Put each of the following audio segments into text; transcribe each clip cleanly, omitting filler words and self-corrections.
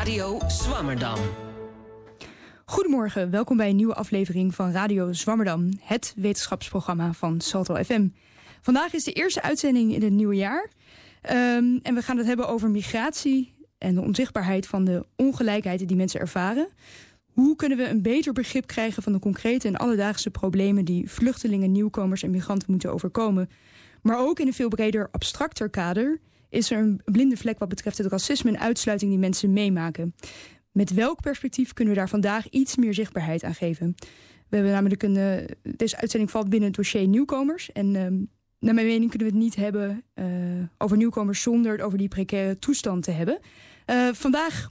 Radio Zwammerdam. Goedemorgen, welkom bij een nieuwe aflevering van Radio Zwammerdam, het wetenschapsprogramma van Salto FM. Vandaag is de eerste uitzending in het nieuwe jaar. En we gaan het hebben over migratie en de onzichtbaarheid van de ongelijkheden die mensen ervaren. Hoe kunnen we een beter begrip krijgen van de concrete en alledaagse problemen die vluchtelingen, nieuwkomers en migranten moeten overkomen? Maar ook in een veel breder, abstracter kader is er een blinde vlek wat betreft het racisme en uitsluiting die mensen meemaken. Met welk perspectief kunnen we daar vandaag iets meer zichtbaarheid aan geven? We hebben namelijk deze uitzending valt binnen het dossier nieuwkomers. En naar mijn mening kunnen we het niet hebben over nieuwkomers zonder het over die precaire toestand te hebben. Vandaag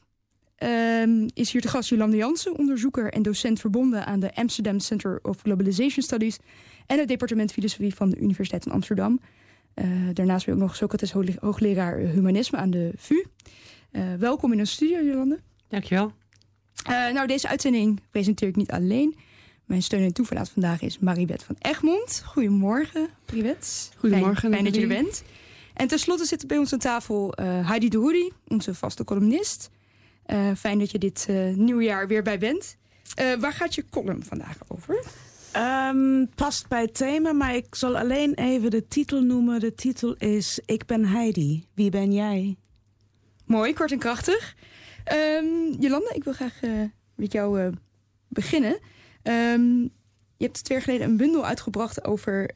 is hier te gast Jolande Jansen, onderzoeker en docent verbonden aan de Amsterdam Center of Globalization Studies en het departement filosofie van de Universiteit van Amsterdam. Daarnaast ben ik ook nog Socrates hoogleraar humanisme aan de VU. Welkom in de studio, Jolande. Dankjewel. Deze uitzending presenteer ik niet alleen. Mijn steun en toeverlaat vandaag is Mariebeth van Egmond. Goedemorgen, Mariebeth. Goedemorgen. Fijn dat je er bent. En tenslotte zit bij ons aan tafel Heidi de Hoody, onze vaste columnist. Fijn dat je dit nieuwjaar weer bij bent. Waar gaat je column vandaag over? Past bij het thema, maar ik zal alleen even de titel noemen. De titel is Ik ben Heidi. Wie ben jij? Mooi, kort en krachtig. Jolande, ik wil graag met jou beginnen. Je hebt 2 jaar geleden een bundel uitgebracht over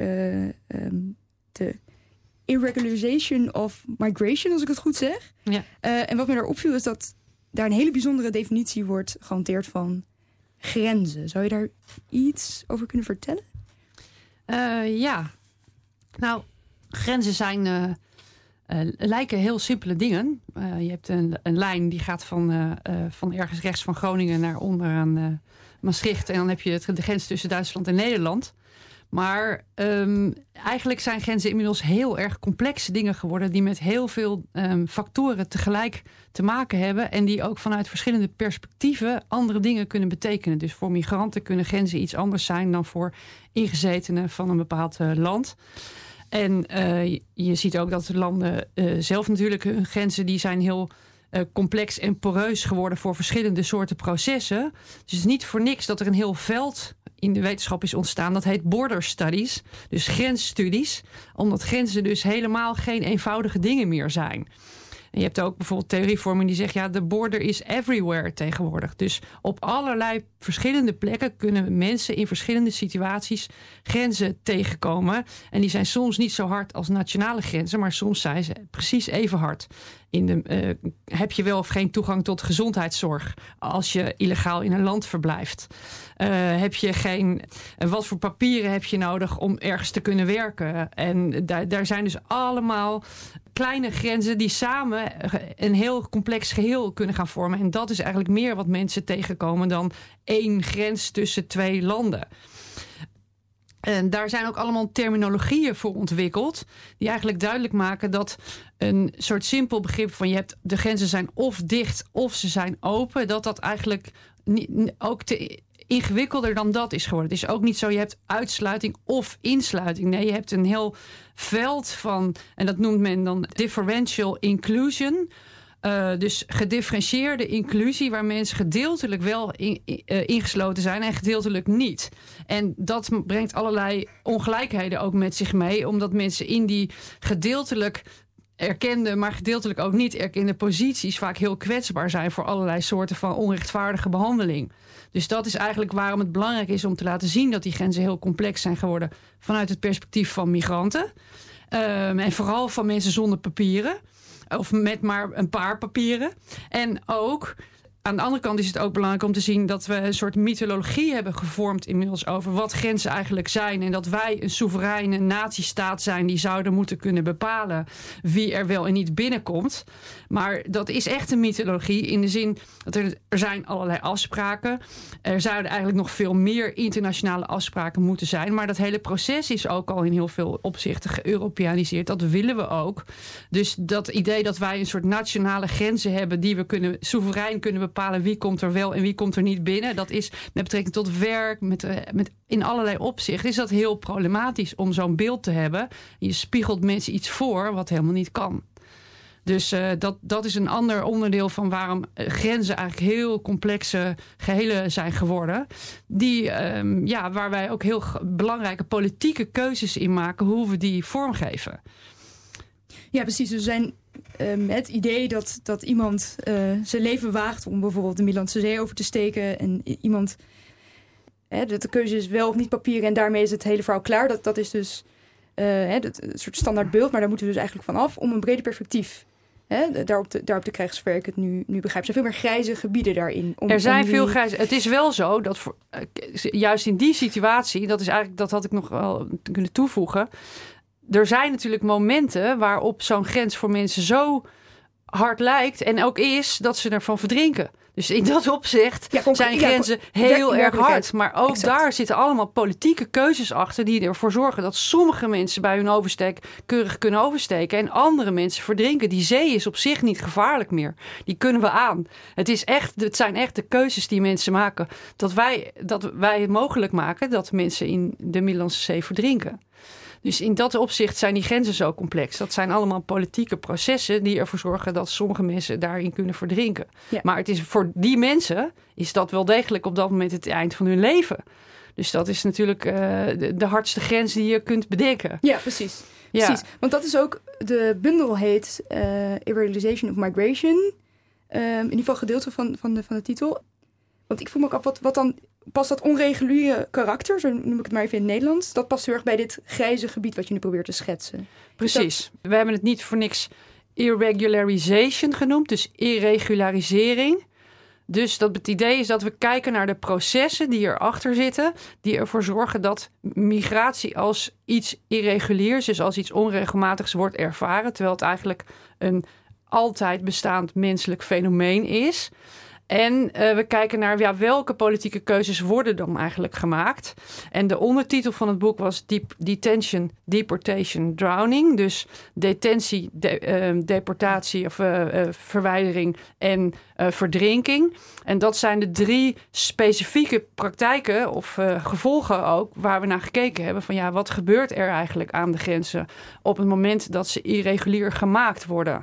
de irregularization of migration, als ik het goed zeg. Ja. En wat me daar opviel is dat daar een hele bijzondere definitie wordt gehanteerd van grenzen. Zou je daar iets over kunnen vertellen? Ja. Nou, grenzen zijn lijken heel simpele dingen. Je hebt een lijn die gaat van ergens rechts van Groningen naar onder aan Maastricht. En dan heb je de grens tussen Duitsland en Nederland. Maar eigenlijk zijn grenzen inmiddels heel erg complexe dingen geworden die met heel veel factoren tegelijk te maken hebben en die ook vanuit verschillende perspectieven andere dingen kunnen betekenen. Dus voor migranten kunnen grenzen iets anders zijn dan voor ingezetenen van een bepaald land. En je ziet ook dat de landen zelf natuurlijk hun grenzen die zijn heel complex en poreus geworden voor verschillende soorten processen. Dus het is niet voor niks dat er een heel veld in de wetenschap is ontstaan. Dat heet border studies, dus grensstudies. Omdat grenzen dus helemaal geen eenvoudige dingen meer zijn. En je hebt ook bijvoorbeeld theorievorming die zegt, ja, de border is everywhere tegenwoordig. Dus op allerlei verschillende plekken kunnen mensen in verschillende situaties grenzen tegenkomen. En die zijn soms niet zo hard als nationale grenzen, maar soms zijn ze precies even hard. Heb je wel of geen toegang tot gezondheidszorg als je illegaal in een land verblijft? Wat voor papieren heb je nodig om ergens te kunnen werken? En daar zijn dus allemaal kleine grenzen die samen een heel complex geheel kunnen gaan vormen. En dat is eigenlijk meer wat mensen tegenkomen dan 1 grens tussen 2 landen. En daar zijn ook allemaal terminologieën voor ontwikkeld die eigenlijk duidelijk maken dat een soort simpel begrip van de grenzen zijn of dicht of ze zijn open, dat eigenlijk ook te ingewikkelder dan dat is geworden. Het is ook niet zo, je hebt uitsluiting of insluiting. Nee, je hebt een heel veld van, en dat noemt men dan differential inclusion. Dus gedifferentieerde inclusie, waar mensen gedeeltelijk wel ingesloten zijn en gedeeltelijk niet. En dat brengt allerlei ongelijkheden ook met zich mee, omdat mensen in die gedeeltelijk erkende, maar gedeeltelijk ook niet erkende posities vaak heel kwetsbaar zijn voor allerlei soorten van onrechtvaardige behandeling. Dus dat is eigenlijk waarom het belangrijk is om te laten zien dat die grenzen heel complex zijn geworden vanuit het perspectief van migranten. En vooral van mensen zonder papieren. Of met maar een paar papieren. En ook, aan de andere kant is het ook belangrijk om te zien dat we een soort mythologie hebben gevormd inmiddels over wat grenzen eigenlijk zijn. En dat wij een soevereine natiestaat zijn die zouden moeten kunnen bepalen wie er wel en niet binnenkomt. Maar dat is echt een mythologie in de zin dat er zijn allerlei afspraken. Er zouden eigenlijk nog veel meer internationale afspraken moeten zijn. Maar dat hele proces is ook al in heel veel opzichten geëuropeaniseerd. Dat willen we ook. Dus dat idee dat wij een soort nationale grenzen hebben die we soeverein kunnen bepalen wie komt er wel en wie komt er niet binnen. Dat is met betrekking tot werk, in allerlei opzichten is dat heel problematisch om zo'n beeld te hebben. Je spiegelt mensen iets voor wat helemaal niet kan. Dus dat is een ander onderdeel van waarom grenzen eigenlijk heel complexe gehelen zijn geworden. Waar wij ook heel belangrijke politieke keuzes in maken hoe we die vormgeven. Ja, precies. Er zijn het idee dat iemand zijn leven waagt om bijvoorbeeld de Middellandse Zee over te steken. En iemand, dat de keuze is wel of niet papieren en daarmee is het hele verhaal klaar. Dat is dus een soort standaard beeld, maar daar moeten we dus eigenlijk van af om een breder perspectief. Daarop te krijgen, zover ik het nu begrijp. Er zijn veel meer grijze gebieden daarin. Er zijn veel grijze. Het is wel zo dat juist in die situatie, dat had ik nog wel kunnen toevoegen. Er zijn natuurlijk momenten waarop zo'n grens voor mensen zo hard lijkt en ook is dat ze ervan verdrinken. Dus in dat opzicht zijn grenzen heel erg hard. Maar ook daar zitten allemaal politieke keuzes achter die ervoor zorgen dat sommige mensen bij hun oversteek keurig kunnen oversteken en andere mensen verdrinken. Die zee is op zich niet gevaarlijk meer. Die kunnen we aan. Het zijn echt de keuzes die mensen maken dat wij het mogelijk maken dat mensen in de Middellandse Zee verdrinken. Dus in dat opzicht zijn die grenzen zo complex. Dat zijn allemaal politieke processen die ervoor zorgen dat sommige mensen daarin kunnen verdrinken. Ja. Maar het is voor die mensen is dat wel degelijk op dat moment het eind van hun leven. Dus dat is natuurlijk de hardste grens die je kunt bedenken. Ja, precies. Ja. Precies. Want dat is ook, de bundel heet Irregularization of Migration. In ieder geval gedeelte van de titel. Want ik voel me ook af, wat dan past dat onreguliere karakter, zo noem ik het maar even in het Nederlands, dat past heel erg bij dit grijze gebied wat je nu probeert te schetsen. Precies. We hebben het niet voor niks irregularization genoemd, dus irregularisering. Dus het idee is dat we kijken naar de processen die erachter zitten, die ervoor zorgen dat migratie als iets irreguliers, dus als iets onregelmatigs wordt ervaren, terwijl het eigenlijk een altijd bestaand menselijk fenomeen is. En we kijken naar welke politieke keuzes worden dan eigenlijk gemaakt. En de ondertitel van het boek was Detention, Deportation, Drowning. Dus detentie, deportatie of verwijdering en verdrinking. En dat zijn de 3 specifieke praktijken of gevolgen ook waar we naar gekeken hebben. Van wat gebeurt er eigenlijk aan de grenzen op het moment dat ze irregulier gemaakt worden?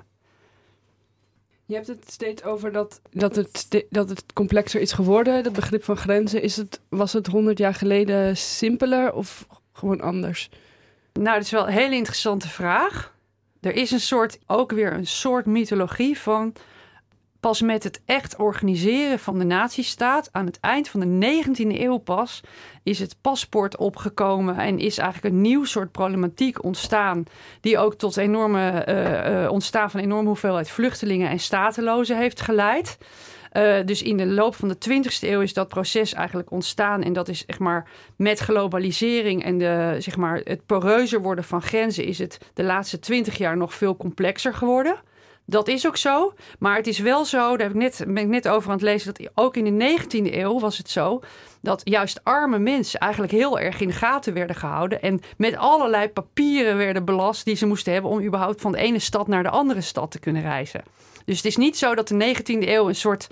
Je hebt het steeds over dat het complexer is geworden, dat begrip van grenzen. Was het 100 jaar geleden simpeler of gewoon anders? Nou, dat is wel een hele interessante vraag. Er is ook weer een soort mythologie van pas met het echt organiseren van de nazistaat aan het eind van de 19e eeuw pas is het paspoort opgekomen en is eigenlijk een nieuw soort problematiek ontstaan die ook tot ontstaan van een enorme hoeveelheid vluchtelingen en statelozen heeft geleid. Dus in de loop van de 20e eeuw is dat proces eigenlijk ontstaan. En dat is met globalisering en het poreuzer worden van grenzen is het de laatste 20 jaar nog veel complexer geworden. Dat is ook zo, maar het is wel zo, daar ben ik net over aan het lezen, dat ook in de 19e eeuw was het zo dat juist arme mensen eigenlijk heel erg in de gaten werden gehouden en met allerlei papieren werden belast die ze moesten hebben om überhaupt van de ene stad naar de andere stad te kunnen reizen. Dus het is niet zo dat de 19e eeuw een soort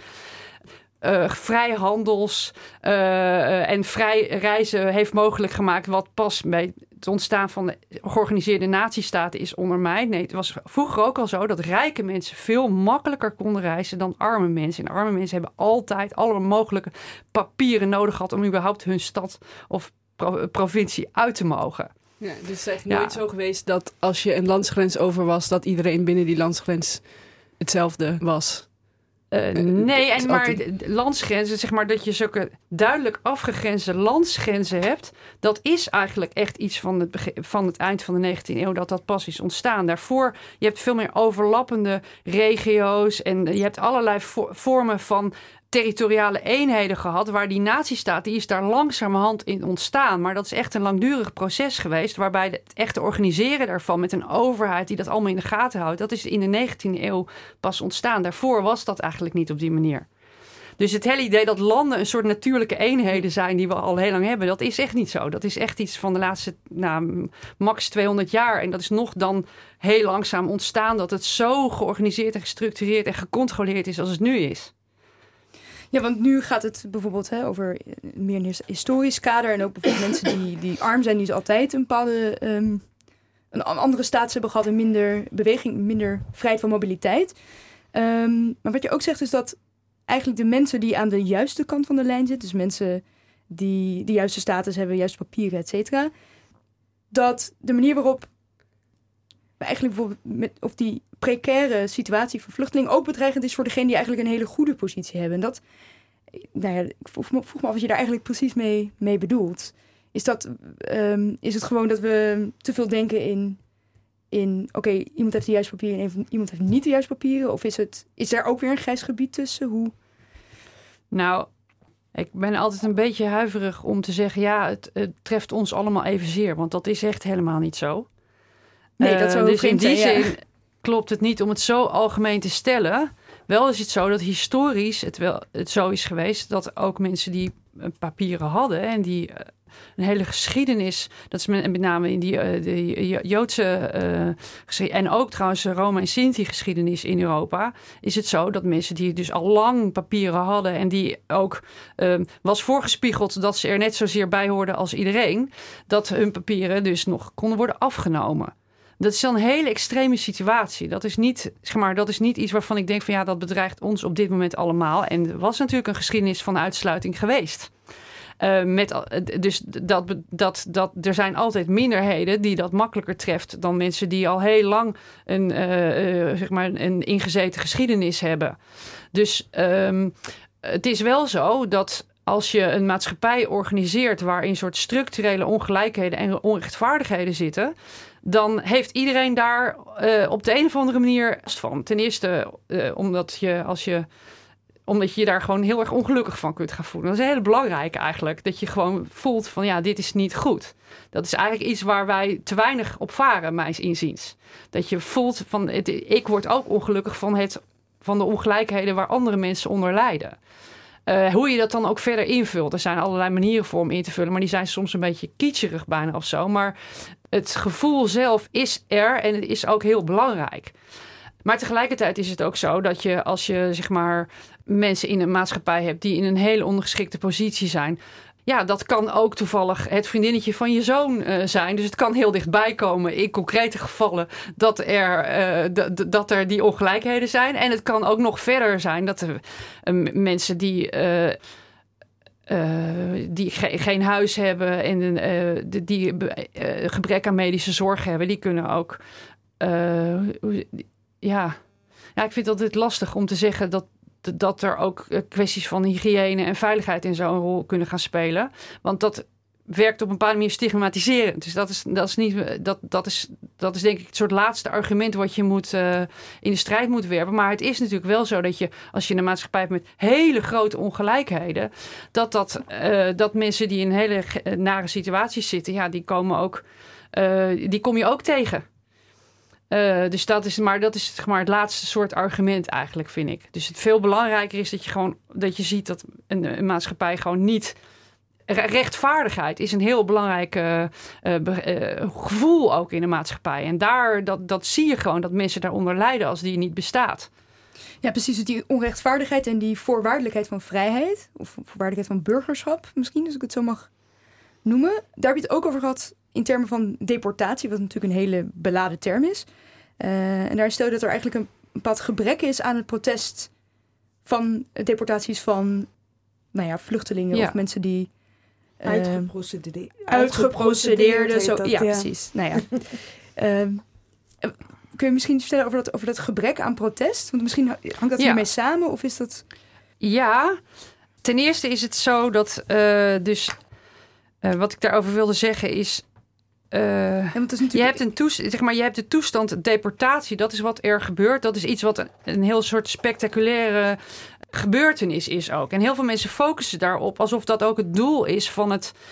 vrijhandels en vrij reizen heeft mogelijk gemaakt wat pas bij het ontstaan van de georganiseerde nazistaten is ondermijnd. Nee, het was vroeger ook al zo dat rijke mensen veel makkelijker konden reizen dan arme mensen. En arme mensen hebben altijd alle mogelijke papieren nodig gehad om überhaupt hun stad of provincie uit te mogen. Ja, dus het is echt nooit zo geweest dat als je een landsgrens over was, dat iedereen binnen die landsgrens hetzelfde was. Nee, maar landsgrenzen, dat je zulke duidelijk afgegrensde landsgrenzen hebt, dat is eigenlijk echt iets van het eind van de 19e eeuw dat pas is ontstaan. Daarvoor, je hebt veel meer overlappende regio's en je hebt allerlei vormen van territoriale eenheden gehad, waar die nazistaat, die is daar langzamerhand in ontstaan. Maar dat is echt een langdurig proces geweest, waarbij het echte organiseren daarvan met een overheid die dat allemaal in de gaten houdt, dat is in de 19e eeuw pas ontstaan. Daarvoor was dat eigenlijk niet op die manier. Dus het hele idee dat landen een soort natuurlijke eenheden zijn die we al heel lang hebben, dat is echt niet zo. Dat is echt iets van de laatste max 200 jaar. En dat is nog dan heel langzaam ontstaan dat het zo georganiseerd en gestructureerd en gecontroleerd is als het nu is. Ja, want nu gaat het bijvoorbeeld over meer een historisch kader. En ook bijvoorbeeld mensen die arm zijn, die dus altijd een bepaalde een andere status hebben gehad en minder beweging, minder vrijheid van mobiliteit. Maar wat je ook zegt is dat eigenlijk de mensen die aan de juiste kant van de lijn zitten, dus mensen die de juiste status hebben, juiste papieren, et cetera, dat de manier waarop we eigenlijk bijvoorbeeld of die precaire situatie van vluchtelingen ook bedreigend is voor degene die eigenlijk een hele goede positie hebben. En dat, ik vroeg me af wat je daar eigenlijk precies mee bedoelt. Is het gewoon dat we te veel denken in oké, iemand heeft de juiste papieren en iemand heeft niet de juiste papieren? Of is er ook weer een grijs gebied tussen? Hoe? Nou, ik ben altijd een beetje huiverig om te zeggen, ja, het treft ons allemaal evenzeer. Want dat is echt helemaal niet zo. Nee, dat zou dus in die zijn, zin klopt het niet om het zo algemeen te stellen. Wel is het zo dat historisch het zo is geweest dat ook mensen die papieren hadden en die een hele geschiedenis, dat is met name in de Joodse en ook trouwens Roma en Sinti geschiedenis in Europa, is het zo dat mensen die dus al lang papieren hadden en die ook was voorgespiegeld dat ze er net zozeer bij hoorden als iedereen, dat hun papieren dus nog konden worden afgenomen. Dat is dan een hele extreme situatie. Dat is niet iets waarvan ik denk van ja, dat bedreigt ons op dit moment allemaal. En er was natuurlijk een geschiedenis van uitsluiting geweest. Dus er zijn altijd minderheden die dat makkelijker treft dan mensen die al heel lang een ingezeten geschiedenis hebben. Dus het is wel zo dat als je een maatschappij organiseert waarin een soort structurele ongelijkheden en onrechtvaardigheden zitten, dan heeft iedereen daar op de een of andere manier last van. Ten eerste omdat je je daar gewoon heel erg ongelukkig van kunt gaan voelen. Dat is een hele belangrijke eigenlijk. Dat je gewoon voelt van ja, dit is niet goed. Dat is eigenlijk iets waar wij te weinig op varen, mijns inziens. Dat je voelt van ik word ook ongelukkig van de ongelijkheden waar andere mensen onder lijden. Hoe je dat dan ook verder invult. Er zijn allerlei manieren voor om in te vullen, maar die zijn soms een beetje kitscherig bijna of zo. Maar het gevoel zelf is er en het is ook heel belangrijk. Maar tegelijkertijd is het ook zo dat je als je zeg maar mensen in een maatschappij hebt die in een hele ondergeschikte positie zijn. Ja, dat kan ook toevallig het vriendinnetje van je zoon zijn. Dus het kan heel dichtbij komen in concrete gevallen dat er die ongelijkheden zijn. En het kan ook nog verder zijn dat er mensen die geen huis hebben en die gebrek aan medische zorg hebben, die kunnen ook ik vind het altijd lastig om te zeggen dat er ook kwesties van hygiëne en veiligheid in zo'n rol kunnen gaan spelen. Want dat werkt op een bepaalde manier stigmatiserend. Dus dat is denk ik het soort laatste argument wat je in de strijd moet werpen. Maar het is natuurlijk wel zo dat als je een maatschappij hebt met hele grote ongelijkheden, dat mensen die in hele nare situaties zitten, ja, die kom je ook tegen. Dus dat is het laatste soort argument eigenlijk, vind ik. Dus het veel belangrijker is dat je ziet dat een maatschappij gewoon niet. Rechtvaardigheid is een heel belangrijk gevoel ook in een maatschappij. En dat zie je gewoon, dat mensen daaronder lijden als die niet bestaat. Ja, precies. Dus die onrechtvaardigheid en die voorwaardelijkheid van vrijheid, of voorwaardelijkheid van burgerschap misschien, als ik het zo mag noemen. Daar heb je het ook over gehad in termen van deportatie, wat natuurlijk een hele beladen term is. En daar stel je dat er eigenlijk een bepaald gebrek is aan het protest van deportaties van vluchtelingen of mensen die uitgeprocedeerde. Ja, precies. Nou ja. Kun je misschien vertellen over dat gebrek aan protest? Want misschien hangt dat hiermee samen, of is dat? Ja, ten eerste is het zo dat wat ik daarover wilde zeggen is. Je hebt de toestand deportatie. Dat is wat er gebeurt. Dat is iets wat een heel soort spectaculaire gebeurtenis is ook. En heel veel mensen focussen daarop alsof dat ook het doel is van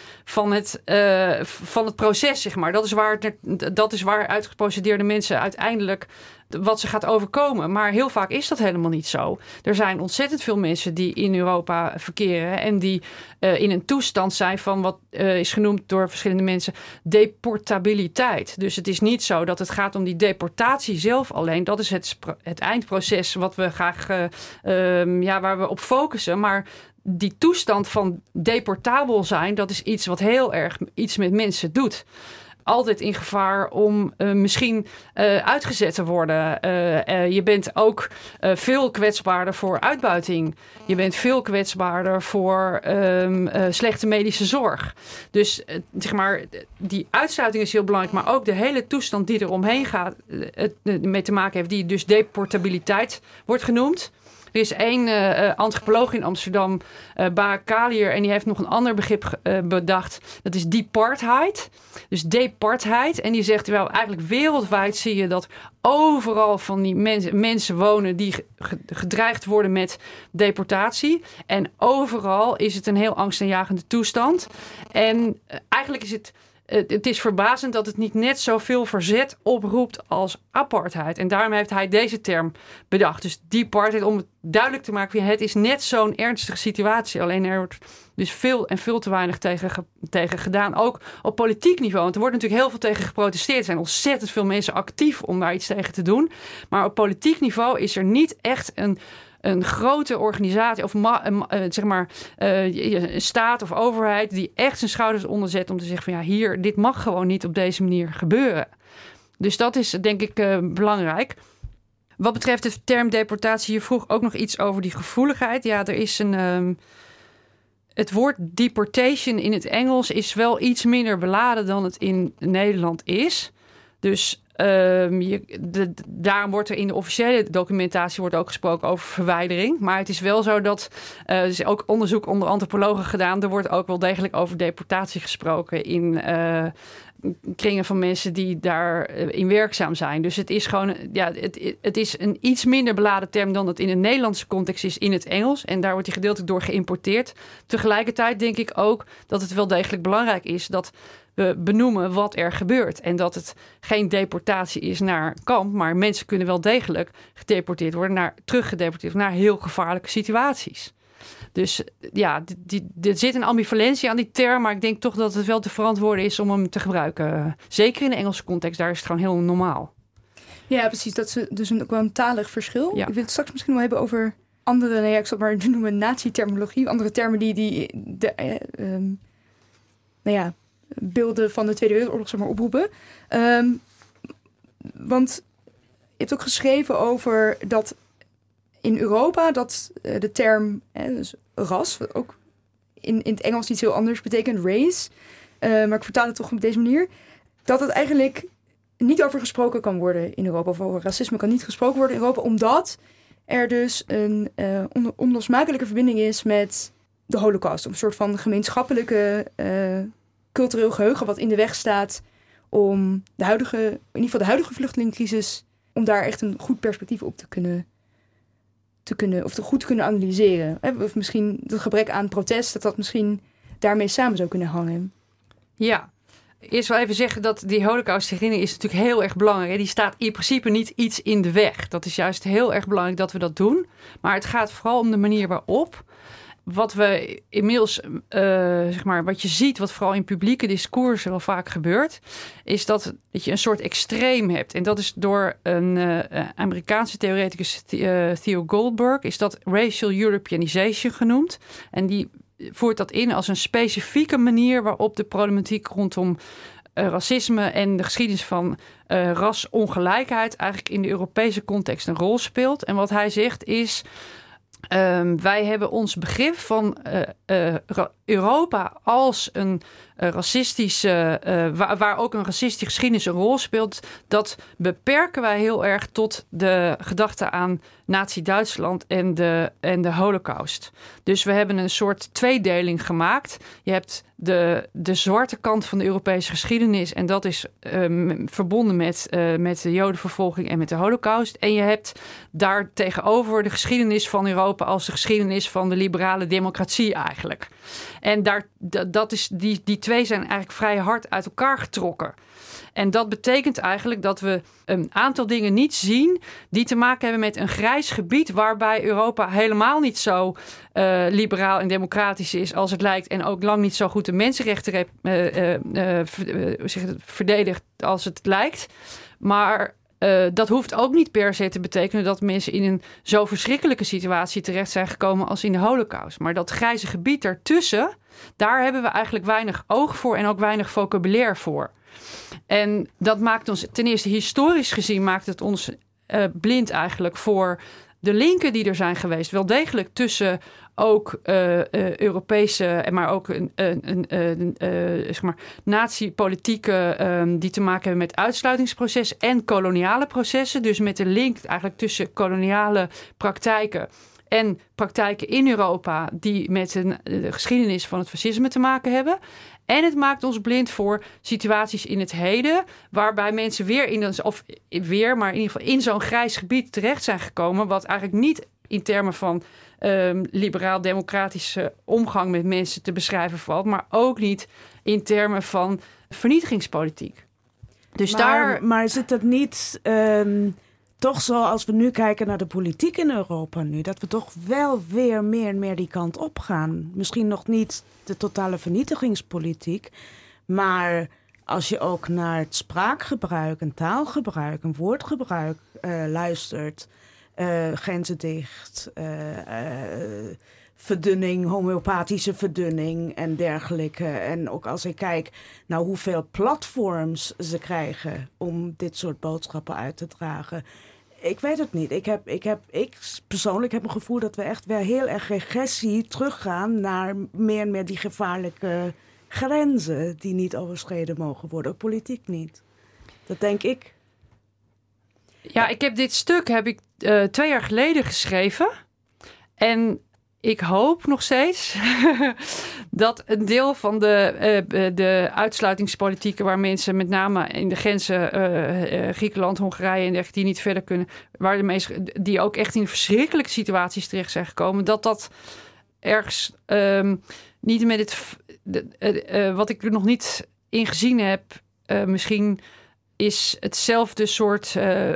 het proces, zeg maar. Dat is waar uitgeprocedeerde mensen uiteindelijk wat ze gaat overkomen. Maar heel vaak is dat helemaal niet zo. Er zijn ontzettend veel mensen die in Europa verkeren en die in een toestand zijn van wat is genoemd door verschillende mensen deportabiliteit. Dus het is niet zo dat het gaat om die deportatie zelf alleen. Dat is het eindproces wat we graag waar we op focussen. Maar die toestand van deportabel zijn, dat is iets wat heel erg iets met mensen doet. altijd in gevaar om misschien uitgezet te worden. Je bent ook veel kwetsbaarder voor uitbuiting. Je bent veel kwetsbaarder voor slechte medische zorg. Dus zeg maar, die uitsluiting is heel belangrijk, maar ook de hele toestand die er omheen gaat, mee te maken heeft, die dus deportabiliteit wordt genoemd. Er is één antropoloog in Amsterdam, Barak Kalier, en die heeft nog een ander begrip bedacht. Dat is departheid. Dus departheid. En die zegt, wel, eigenlijk wereldwijd zie je dat overal van die mensen wonen die gedreigd worden met deportatie. En overal is het een heel angstaanjagende toestand. En eigenlijk is het is verbazend dat het niet net zoveel verzet oproept als apartheid. En daarom heeft hij deze term bedacht. Dus departheid, om het duidelijk te maken, het is net zo'n ernstige situatie. Alleen er wordt dus veel te weinig tegen gedaan. Ook op politiek niveau. Want er wordt natuurlijk heel veel tegen geprotesteerd. Er zijn ontzettend veel mensen actief om daar iets tegen te doen. Maar op politiek niveau is er niet echt een grote organisatie of een staat of overheid die echt zijn schouders onderzet om te zeggen van ja, dit mag gewoon niet op deze manier gebeuren. Dus dat is denk ik belangrijk. Wat betreft de term deportatie, je vroeg ook nog iets over die gevoeligheid. Ja, er is het woord deportation in het Engels is wel iets minder beladen dan het in Nederland is. Dus daarom wordt er in de officiële documentatie ook gesproken over verwijdering. Maar het is wel zo dat, er is ook onderzoek onder antropologen gedaan. Er wordt ook wel degelijk over deportatie gesproken in kringen van mensen die daarin werkzaam zijn. Dus het is gewoon, het is een iets minder beladen term dan het in de Nederlandse context is in het Engels. En daar wordt die gedeeltelijk door geïmporteerd. Tegelijkertijd denk ik ook dat het wel degelijk belangrijk is dat we benoemen wat er gebeurt. En dat het geen deportatie is naar kamp, maar mensen kunnen wel degelijk teruggedeporteerd worden naar heel gevaarlijke situaties. Dus ja, er zit een ambivalentie aan die term, maar ik denk toch dat het wel te verantwoorden is om hem te gebruiken. Zeker in de Engelse context, daar is het gewoon heel normaal. Ja, precies. Dat is dus ook wel een talig verschil. Ja. Ik wil het straks misschien wel hebben over andere, ik zal het maar noemen, nazi-terminologie. Andere termen die beelden van de Tweede Wereldoorlog oproepen. Want je hebt ook geschreven over dat in Europa dat de term dus ras, wat ook in het Engels iets heel anders betekent, race, maar ik vertaal het toch op deze manier, dat het eigenlijk niet over gesproken kan worden in Europa. Of over racisme kan niet gesproken worden in Europa, omdat er dus een onlosmakelijke verbinding is met de Holocaust. Een soort van gemeenschappelijke cultureel geheugen wat in de weg staat om de huidige vluchtelingencrisis, om daar echt een goed perspectief op te kunnen goed te kunnen analyseren. Of misschien het gebrek aan protest, dat misschien daarmee samen zou kunnen hangen. Ja, eerst wel even zeggen dat die Holocaust-herinnering is natuurlijk heel erg belangrijk. Die staat in principe niet iets in de weg. Dat is juist heel erg belangrijk dat we dat doen. Maar het gaat vooral om de manier waarop. Wat we inmiddels, wat je ziet, wat vooral in publieke discoursen wel vaak gebeurt, is dat je een soort extreem hebt. En dat is door een Amerikaanse theoreticus, Theo Goldberg, is dat racial Europeanization genoemd. En die voert dat in als een specifieke manier waarop de problematiek rondom racisme en de geschiedenis van rasongelijkheid eigenlijk in de Europese context een rol speelt. En wat hij zegt is, wij hebben ons begrip van Europa als een racistische, waar ook een racistische geschiedenis een rol speelt, dat beperken wij heel erg tot de gedachte aan Nazi-Duitsland en de Holocaust. Dus we hebben een soort tweedeling gemaakt. Je hebt de zwarte kant van de Europese geschiedenis en dat is verbonden met de Jodenvervolging en met de Holocaust. En je hebt daar tegenover de geschiedenis van Europa als de geschiedenis van de liberale democratie eigenlijk. En die twee zijn eigenlijk vrij hard uit elkaar getrokken. En dat betekent eigenlijk dat we een aantal dingen niet zien die te maken hebben met een grijs gebied waarbij Europa helemaal niet zo liberaal en democratisch is als het lijkt en ook lang niet zo goed de mensenrechten verdedigt als het lijkt. Maar dat hoeft ook niet per se te betekenen dat mensen in een zo verschrikkelijke situatie terecht zijn gekomen als in de Holocaust. Maar dat grijze gebied daartussen, daar hebben we eigenlijk weinig oog voor en ook weinig vocabulaire voor. En dat maakt ons, ten eerste historisch gezien, maakt het ons blind eigenlijk voor de linken die er zijn geweest. Wel degelijk tussen ook Europese, maar ook zeg maar, nazi-politieken die te maken hebben met uitsluitingsprocessen en koloniale processen. Dus met de link eigenlijk tussen koloniale praktijken en praktijken in Europa die met de geschiedenis van het fascisme te maken hebben. En het maakt ons blind voor situaties in het heden, waarbij mensen maar in ieder geval in zo'n grijs gebied terecht zijn gekomen, wat eigenlijk niet in termen van liberaal-democratische omgang met mensen te beschrijven valt, maar ook niet in termen van vernietigingspolitiek. Dus maar zit het niet toch zo, als we nu kijken naar de politiek in Europa nu, dat we toch wel weer meer en meer die kant op gaan? Misschien nog niet de totale vernietigingspolitiek, maar als je ook naar het spraakgebruik, en taalgebruik, en woordgebruik luistert, grenzen dicht, verdunning, homeopathische verdunning en dergelijke. En ook als ik kijk naar hoeveel platforms ze krijgen om dit soort boodschappen uit te dragen. Ik weet het niet. Ik persoonlijk heb een gevoel dat we echt weer heel erg regressie teruggaan naar meer en meer die gevaarlijke grenzen die niet overschreden mogen worden. Ook politiek niet. Dat denk ik. Ja, ik heb dit stuk 2 jaar geleden geschreven. En ik hoop nog steeds dat een deel van de uitsluitingspolitieken, waar mensen met name in de grenzen Griekenland, Hongarije en dergelijke die niet verder kunnen, die ook echt in verschrikkelijke situaties terecht zijn gekomen, dat ergens niet met wat ik er nog niet in gezien heb, misschien is hetzelfde soort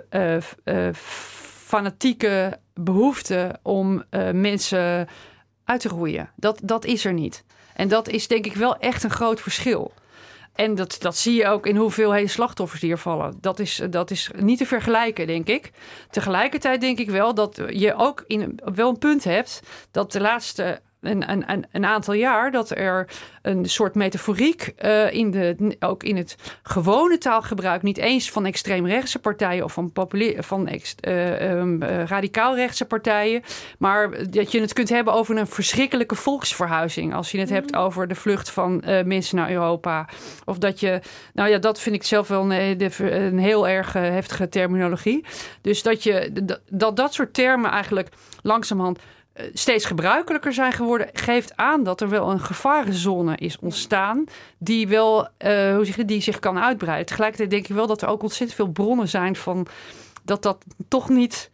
fanatieke behoefte om mensen uit te roeien. Dat is er niet. En dat is denk ik wel echt een groot verschil. En dat zie je ook in hoeveelheden slachtoffers die er vallen. Dat is niet te vergelijken, denk ik. Tegelijkertijd denk ik wel dat je ook wel een punt hebt dat de laatste een aantal jaar dat er een soort metaforiek ook in het gewone taalgebruik, niet eens van extreemrechtse partijen of van radicaal-rechtse partijen, maar dat je het kunt hebben over een verschrikkelijke volksverhuizing. Als je het hebt over de vlucht van mensen naar Europa. Of dat je, dat vind ik zelf wel een heel erg heftige terminologie. Dus dat soort termen eigenlijk langzamerhand steeds gebruikelijker zijn geworden, geeft aan dat er wel een gevarenzone is ontstaan die wel, die zich kan uitbreiden. Tegelijkertijd denk ik wel dat er ook ontzettend veel bronnen zijn van dat toch niet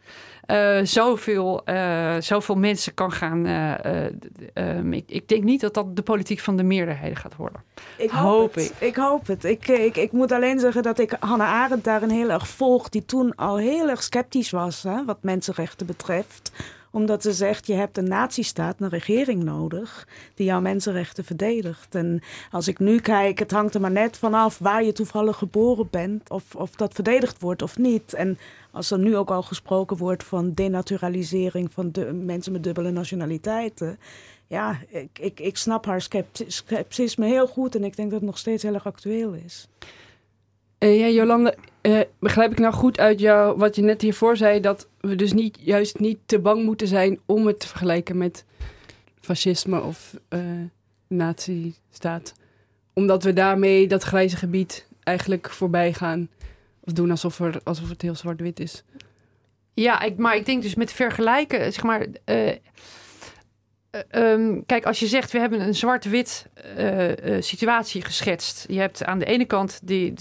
zoveel mensen kan gaan. Ik denk niet dat de politiek van de meerderheden gaat worden. Ik hoop het. Ik moet alleen zeggen dat ik Hannah Arendt daarin heel erg volg, die toen al heel erg sceptisch was, wat mensenrechten betreft. Omdat ze zegt, je hebt een nazistaat, een regering nodig die jouw mensenrechten verdedigt. En als ik nu kijk, het hangt er maar net vanaf waar je toevallig geboren bent, of dat verdedigd wordt of niet. En als er nu ook al gesproken wordt van denaturalisering van mensen met dubbele nationaliteiten. Ja, ik snap haar scepticisme heel goed en ik denk dat het nog steeds heel erg actueel is. Jolande, begrijp ik nou goed uit jou wat je net hiervoor zei, dat we dus juist niet te bang moeten zijn om het te vergelijken met fascisme of nazistaat? Omdat we daarmee dat grijze gebied eigenlijk voorbij gaan of doen alsof het heel zwart-wit is. Ja, maar ik denk dus met vergelijken, zeg maar. Kijk, als je zegt, we hebben een zwart-wit situatie geschetst. Je hebt aan de ene kant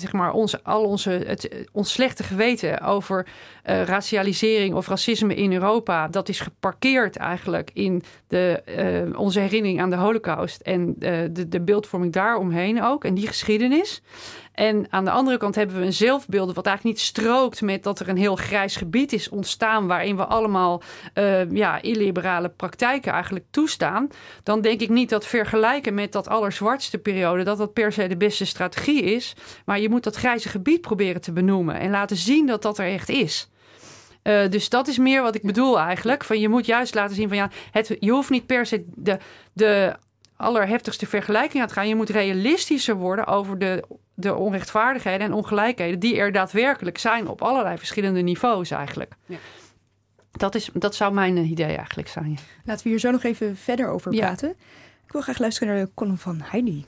ons slechte geweten over racialisering of racisme in Europa. Dat is geparkeerd eigenlijk in onze herinnering aan de Holocaust en de beeldvorming daaromheen ook en die geschiedenis. En aan de andere kant hebben we een zelfbeeld wat eigenlijk niet strookt met dat er een heel grijs gebied is ontstaan waarin we allemaal illiberale praktijken eigenlijk toestaan. Dan denk ik niet dat vergelijken met dat allerzwartste periode dat per se de beste strategie is. Maar je moet dat grijze gebied proberen te benoemen en laten zien dat dat er echt is. Dus dat is meer wat ik bedoel eigenlijk. Van je moet juist laten zien van je hoeft niet per se de allerheftigste vergelijking aan te gaan. Je moet realistischer worden over de de onrechtvaardigheden en ongelijkheden die er daadwerkelijk zijn op allerlei verschillende niveaus eigenlijk. Ja. Dat zou mijn idee eigenlijk zijn. Ja. Laten we hier zo nog even verder over praten. Ja. Ik wil graag luisteren naar de column van Heidi.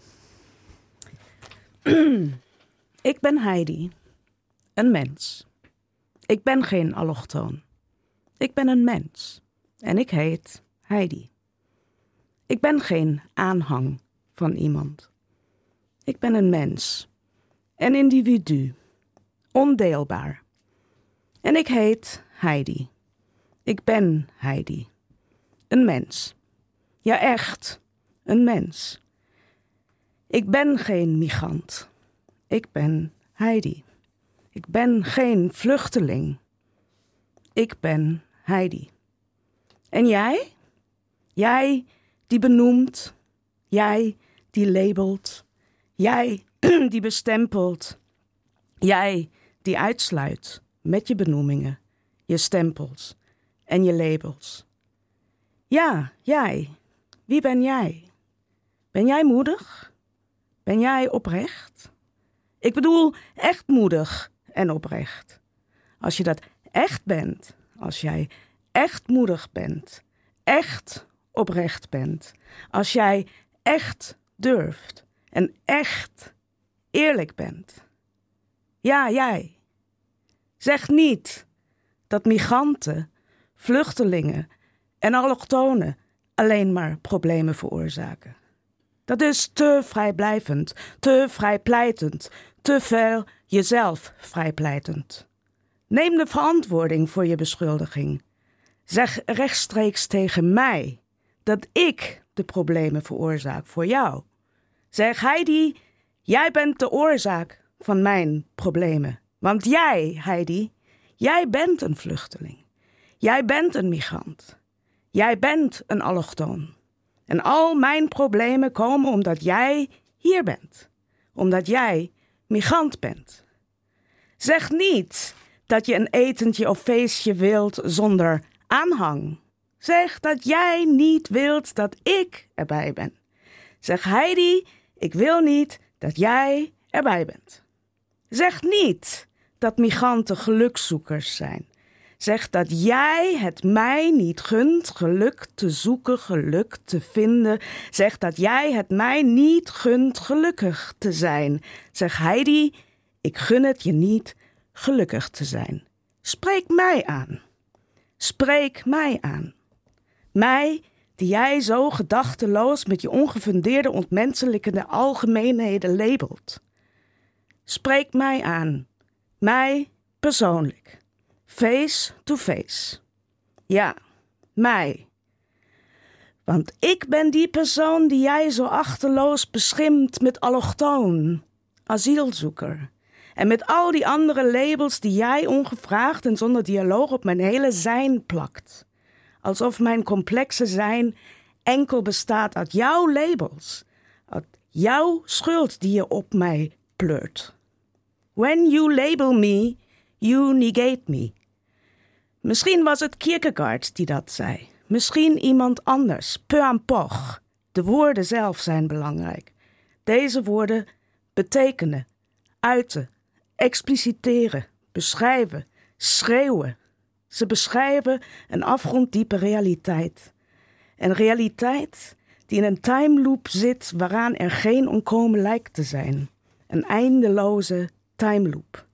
Ik ben Heidi, een mens. Ik ben geen allochtoon. Ik ben een mens en ik heet Heidi. Ik ben geen aanhang van iemand. Ik ben een mens, een individu, ondeelbaar. En ik heet Heidi. Ik ben Heidi, een mens. Ja, echt, een mens. Ik ben geen migrant. Ik ben Heidi. Ik ben geen vluchteling. Ik ben Heidi. En jij? Jij die benoemt. Jij die labelt. Jij die bestempelt. Jij die uitsluit met je benoemingen, je stempels en je labels. Ja, jij. Wie ben jij? Ben jij moedig? Ben jij oprecht? Ik bedoel echt moedig en oprecht. Als je dat echt bent, als jij echt moedig bent, echt oprecht bent, als jij echt durft en echt eerlijk bent. Ja, jij. Zeg niet dat migranten, vluchtelingen en allochtonen alleen maar problemen veroorzaken. Dat is te vrijblijvend, te vrijpleitend, te veel jezelf vrijpleitend. Neem de verantwoording voor je beschuldiging. Zeg rechtstreeks tegen mij dat ik de problemen veroorzaak voor jou. Zeg Heidi, jij bent de oorzaak van mijn problemen. Want jij, Heidi, jij bent een vluchteling. Jij bent een migrant. Jij bent een allochtoon. En al mijn problemen komen omdat jij hier bent. Omdat jij migrant bent. Zeg niet dat je een etentje of feestje wilt zonder aanhang. Zeg dat jij niet wilt dat ik erbij ben. Zeg Heidi, ik wil niet dat jij erbij bent. Zeg niet dat migranten gelukzoekers zijn. Zeg dat jij het mij niet gunt geluk te zoeken, geluk te vinden. Zeg dat jij het mij niet gunt gelukkig te zijn. Zeg Heidi, ik gun het je niet gelukkig te zijn. Spreek mij aan. Spreek mij aan. Mij die jij zo gedachteloos met je ongefundeerde ontmenselijkende algemeenheden labelt. Spreek mij aan. Mij persoonlijk. Face to face. Ja, mij. Want ik ben die persoon die jij zo achterloos beschimpt met allochtoon, asielzoeker. En met al die andere labels die jij ongevraagd en zonder dialoog op mijn hele zijn plakt. Alsof mijn complexe zijn enkel bestaat uit jouw labels. Uit jouw schuld die je op mij pleurt. When you label me, you negate me. Misschien was het Kierkegaard die dat zei. Misschien iemand anders. Peu importe. De woorden zelf zijn belangrijk. Deze woorden betekenen, uiten, expliciteren, beschrijven, schreeuwen. Ze beschrijven een afgronddiepe realiteit. Een realiteit die in een time loop zit waaraan er geen ontkomen lijkt te zijn. Een eindeloze time loop.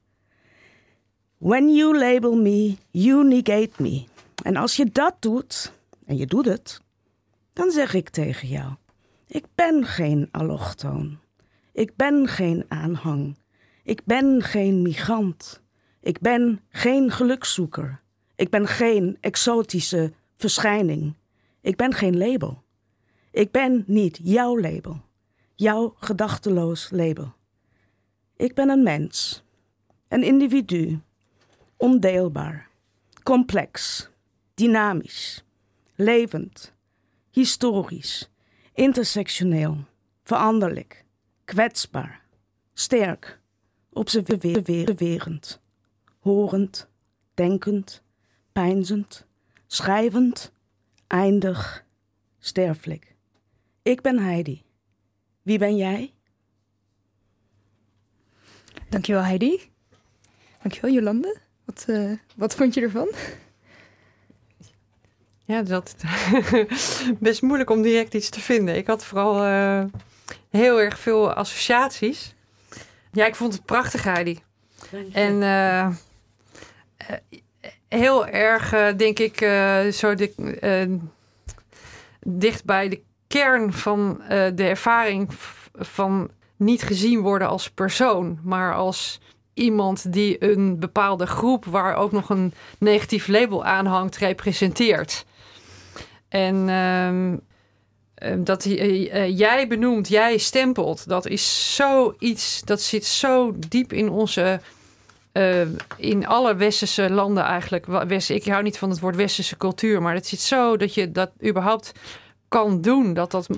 When you label me, you negate me. En als je dat doet, en je doet het, dan zeg ik tegen jou, ik ben geen allochtoon. Ik ben geen aanhang. Ik ben geen migrant. Ik ben geen gelukzoeker. Ik ben geen exotische verschijning. Ik ben geen label. Ik ben niet jouw label. Jouw gedachteloos label. Ik ben een mens. Een individu. Ondeelbaar. Complex. Dynamisch. Levend. Historisch. Intersectioneel. Veranderlijk. Kwetsbaar. Sterk. Observerend. Horend. Denkend. Peinzend. Schrijvend. Eindig. Sterfelijk. Ik ben Heidi. Wie ben jij? Dankjewel Heidi. Dankjewel Jolande. Wat vond je ervan? Ja, dat best moeilijk om direct iets te vinden. Ik had vooral heel erg veel associaties. Ja, ik vond het prachtig, Heidi. En heel erg, denk ik, dicht bij de kern van de ervaring van niet gezien worden als persoon, maar als iemand die een bepaalde groep waar ook nog een negatief label aan hangt, representeert. En dat jij benoemt, jij stempelt, dat is zoiets, dat zit zo diep in onze, in alle westerse landen eigenlijk. Ik hou niet van het woord westerse cultuur, maar het zit zo dat je dat überhaupt kan doen,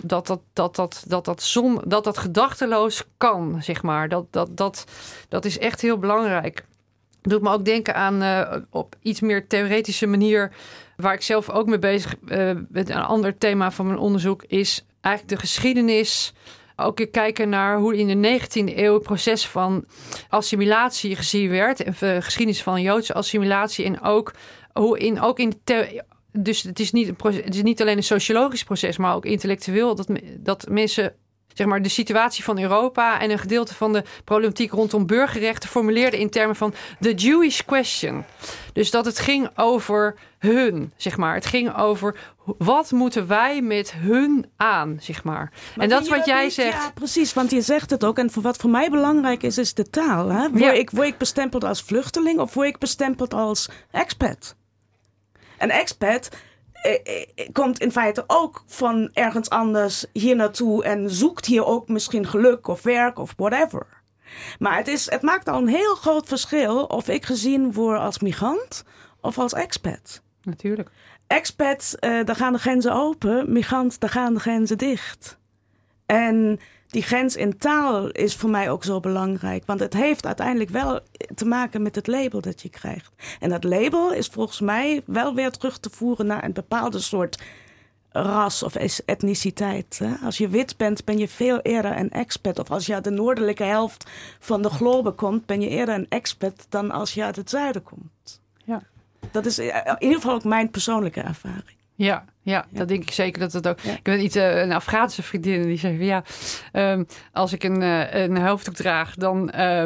dat gedachteloos kan, zeg maar. Dat is echt heel belangrijk. Dat doet me ook denken aan op iets meer theoretische manier, waar ik zelf ook mee bezig met een ander thema van mijn onderzoek, is eigenlijk de geschiedenis. Ook kijken naar hoe in de 19e eeuw het proces van assimilatie gezien werd. En geschiedenis van Joodse assimilatie. En ook hoe dus het is niet alleen een sociologisch proces, maar ook intellectueel. Dat mensen, zeg maar, de situatie van Europa en een gedeelte van de problematiek rondom burgerrechten formuleerden in termen van the Jewish question. Dus dat het ging over hun, zeg maar. Het ging over wat moeten wij met hun aan, zeg maar. En dat is wat jij zegt. Ja, precies, want je zegt het ook. En wat voor mij belangrijk is de taal. Hè? Word ik bestempeld als vluchteling of word ik bestempeld als expat? Een expat komt in feite ook van ergens anders hier naartoe en zoekt hier ook misschien geluk of werk of whatever. Maar het maakt al een heel groot verschil of ik gezien word als migrant of als expat. Natuurlijk. Expat, daar gaan de grenzen open. Migrant, daar gaan de grenzen dicht. En die grens in taal is voor mij ook zo belangrijk. Want het heeft uiteindelijk wel te maken met het label dat je krijgt. En dat label is volgens mij wel weer terug te voeren naar een bepaalde soort ras of etniciteit. Hè? Als je wit bent, ben je veel eerder een expat. Of als je uit de noordelijke helft van de globe komt, ben je eerder een expat dan als je uit het zuiden komt. Ja. Dat is in ieder geval ook mijn persoonlijke ervaring. Ja, dat denk ik zeker dat het ook. Ja. Ik weet een Afghaanse vriendin die zei van ja, als ik een hoofddoek draag, dan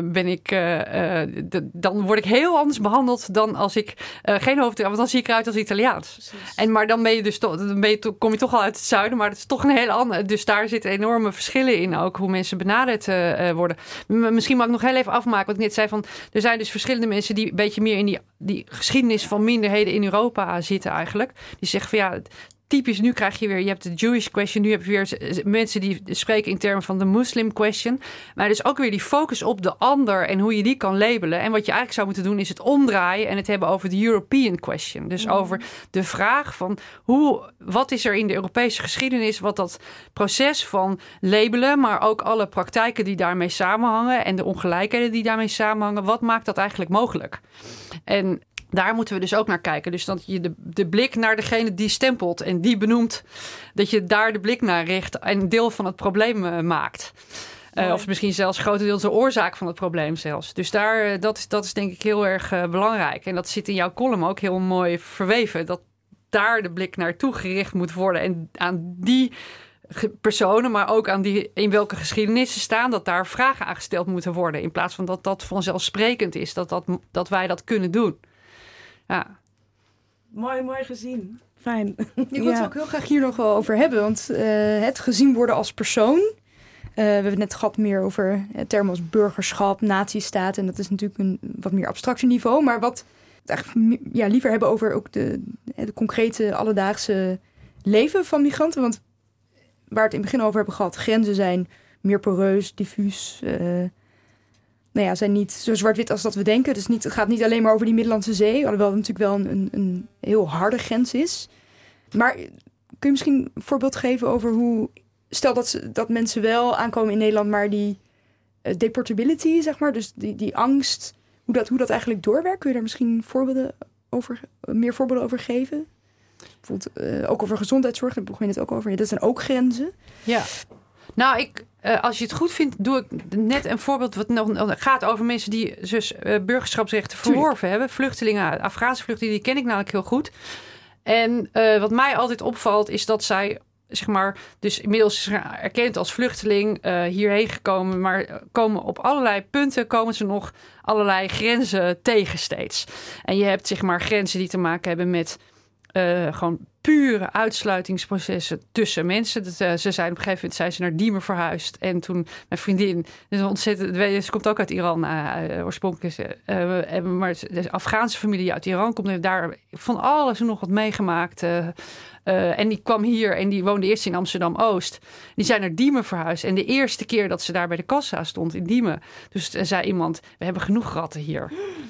dan word ik heel anders behandeld dan als ik geen hoofddoek draag, want dan zie ik eruit als Italiaans. Maar dan ben je dus kom je toch al uit het zuiden, maar het is toch een hele andere. Dus daar zitten enorme verschillen in ook hoe mensen benaderd worden. Misschien mag ik nog heel even afmaken wat ik net zei van er zijn dus verschillende mensen die een beetje meer in die geschiedenis van minderheden in Europa zitten eigenlijk. Die zeggen van ja, typisch nu krijg je hebt de Jewish question, nu heb je weer mensen die spreken in termen van de Muslim question. Maar dus ook weer die focus op de ander en hoe je die kan labelen. En wat je eigenlijk zou moeten doen is het omdraaien en het hebben over de European question. Dus over de vraag van wat is er in de Europese geschiedenis, wat dat proces van labelen, maar ook alle praktijken die daarmee samenhangen en de ongelijkheden die daarmee samenhangen, wat maakt dat eigenlijk mogelijk? En daar moeten we dus ook naar kijken. Dus dat je de blik naar degene die stempelt en die benoemt, dat je daar de blik naar richt en een deel van het probleem maakt. Of misschien zelfs grotendeels de oorzaak van het probleem zelfs. Dus dat is denk ik heel erg belangrijk. En dat zit in jouw column ook heel mooi verweven. Dat daar de blik naartoe gericht moet worden. En aan die personen, maar ook aan die in welke geschiedenissen staan, dat daar vragen aan gesteld moeten worden. In plaats van dat vanzelfsprekend is, dat wij dat kunnen doen. Ja. Mooi gezien. Fijn. Ik wil het ook heel graag hier nog wel over hebben. Want het gezien worden als persoon. We hebben het net gehad meer over termen als burgerschap, natiestaat. En dat is natuurlijk een wat meer abstracter niveau. Maar wat we eigenlijk liever hebben over ook de concrete alledaagse leven van migranten. Want waar we het in het begin over hebben gehad, grenzen zijn meer poreus, diffuus. Zijn niet zo zwart-wit als dat we denken. Dus het gaat niet alleen maar over die Middellandse Zee. Alhoewel het natuurlijk wel een heel harde grens is. Maar kun je misschien een voorbeeld geven over hoe... Stel dat mensen wel aankomen in Nederland, maar die deportability, zeg maar, dus die angst, hoe dat eigenlijk doorwerkt. Kun je daar misschien meer voorbeelden over geven? Bijvoorbeeld ook over gezondheidszorg, daar begon je het ook over. Ja, dat zijn ook grenzen. Ja. Nou, als je het goed vindt, doe ik net een voorbeeld wat nog gaat over mensen die dus burgerschapsrechten verworven hebben. Vluchtelingen, Afghaanse vluchtelingen, die ken ik namelijk heel goed. En wat mij altijd opvalt is dat zij, zeg maar, dus inmiddels erkend als vluchteling hierheen gekomen, maar komen op allerlei punten komen ze nog allerlei grenzen tegen steeds. En je hebt, zeg maar, grenzen die te maken hebben met gewoon pure uitsluitingsprocessen tussen mensen. Ze zijn op een gegeven moment naar Diemen verhuisd. En toen mijn vriendin, ze komt ook uit Iran oorspronkelijk. Maar de Afghaanse familie uit Iran komt, heeft daar van alles en nog wat meegemaakt. En die kwam hier en die woonde eerst in Amsterdam-Oost. Die zijn naar Diemen verhuisd. En de eerste keer dat ze daar bij de kassa stond in Diemen. Dus zei iemand, we hebben genoeg ratten hier.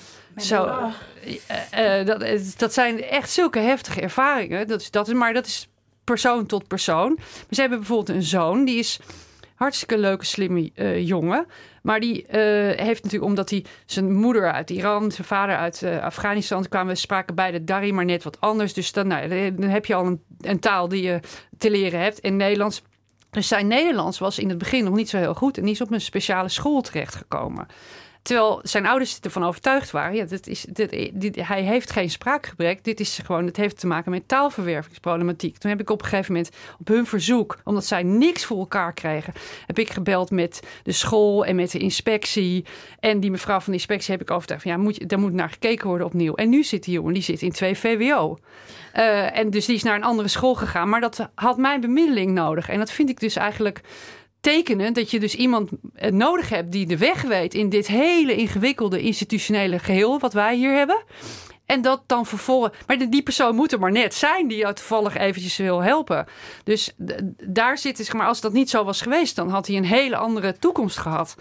Dat zijn echt zulke heftige ervaringen. Maar dat is persoon tot persoon. Maar ze hebben bijvoorbeeld een zoon, die is hartstikke leuke, slimme jongen. Maar die heeft natuurlijk, omdat hij zijn moeder uit Iran, zijn vader uit Afghanistan spraken beide Dari, maar net wat anders. Dus dan heb je al een taal die je te leren hebt. En Nederlands. Dus zijn Nederlands was in het begin nog niet zo heel goed. En die is op een speciale school terechtgekomen. Terwijl zijn ouders ervan overtuigd waren, hij heeft geen spraakgebrek. Het heeft te maken met taalverwervingsproblematiek. Toen heb ik op een gegeven moment op hun verzoek, omdat zij niks voor elkaar kregen, heb ik gebeld met de school en met de inspectie. En die mevrouw van de inspectie heb ik overtuigd van daar moet naar gekeken worden opnieuw. En nu zit die jongen, die zit in 2 VWO. En dus die is naar een andere school gegaan. Maar dat had mijn bemiddeling nodig. En dat vind ik dus eigenlijk tekenen dat je dus iemand nodig hebt die de weg weet in dit hele ingewikkelde institutionele geheel wat wij hier hebben. En dat dan vervolgen. Maar die persoon moet er maar net zijn die jou toevallig eventjes wil helpen. Dus daar zit, zeg maar, als dat niet zo was geweest, dan had hij een hele andere toekomst gehad.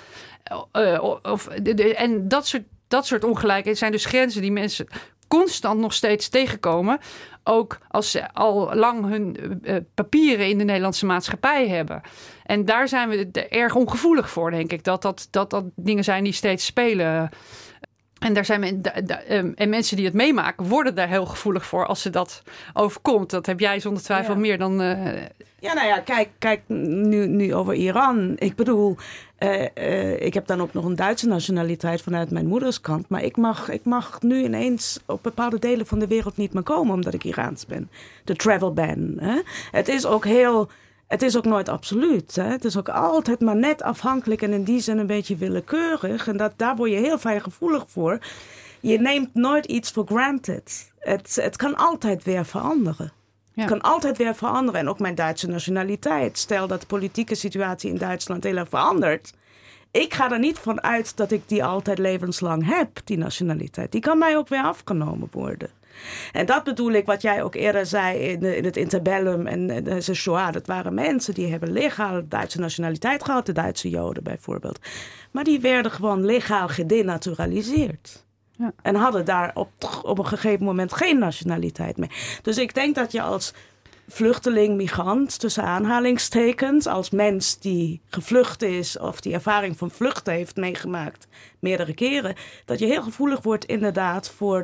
En dat soort ongelijkheden zijn dus grenzen die mensen constant nog steeds tegenkomen. Ook als ze al lang hun papieren in de Nederlandse maatschappij hebben. En daar zijn we erg ongevoelig voor, denk ik. Dat dingen zijn die steeds spelen. En daar zijn en mensen die het meemaken worden daar heel gevoelig voor als ze dat overkomt. Dat heb jij zonder twijfel meer dan. Kijk nu over Iran. Ik bedoel, ik heb dan ook nog een Duitse nationaliteit vanuit mijn moeders kant. Maar ik mag nu ineens op bepaalde delen van de wereld niet meer komen omdat ik Iraans ben. De travel ban. Hè? Het is ook nooit absoluut. Hè? Het is ook altijd maar net afhankelijk en in die zin een beetje willekeurig. En daar word je heel fijngevoelig voor. Je neemt nooit iets for granted. Het kan altijd weer veranderen. Ja. Het kan altijd weer veranderen. En ook mijn Duitse nationaliteit. Stel dat de politieke situatie in Duitsland heel erg verandert. Ik ga er niet van uit dat ik die altijd levenslang heb, die nationaliteit. Die kan mij ook weer afgenomen worden. En dat bedoel ik wat jij ook eerder zei in het interbellum en de Shoah. Dat waren mensen die hebben legaal Duitse nationaliteit gehad. De Duitse Joden bijvoorbeeld. Maar die werden gewoon legaal gedenaturaliseerd. Ja. En hadden daar op een gegeven moment geen nationaliteit meer. Dus ik denk dat je als vluchteling, migrant, tussen aanhalingstekens, als mens die gevlucht is of die ervaring van vluchten heeft meegemaakt meerdere keren, dat je heel gevoelig wordt inderdaad voor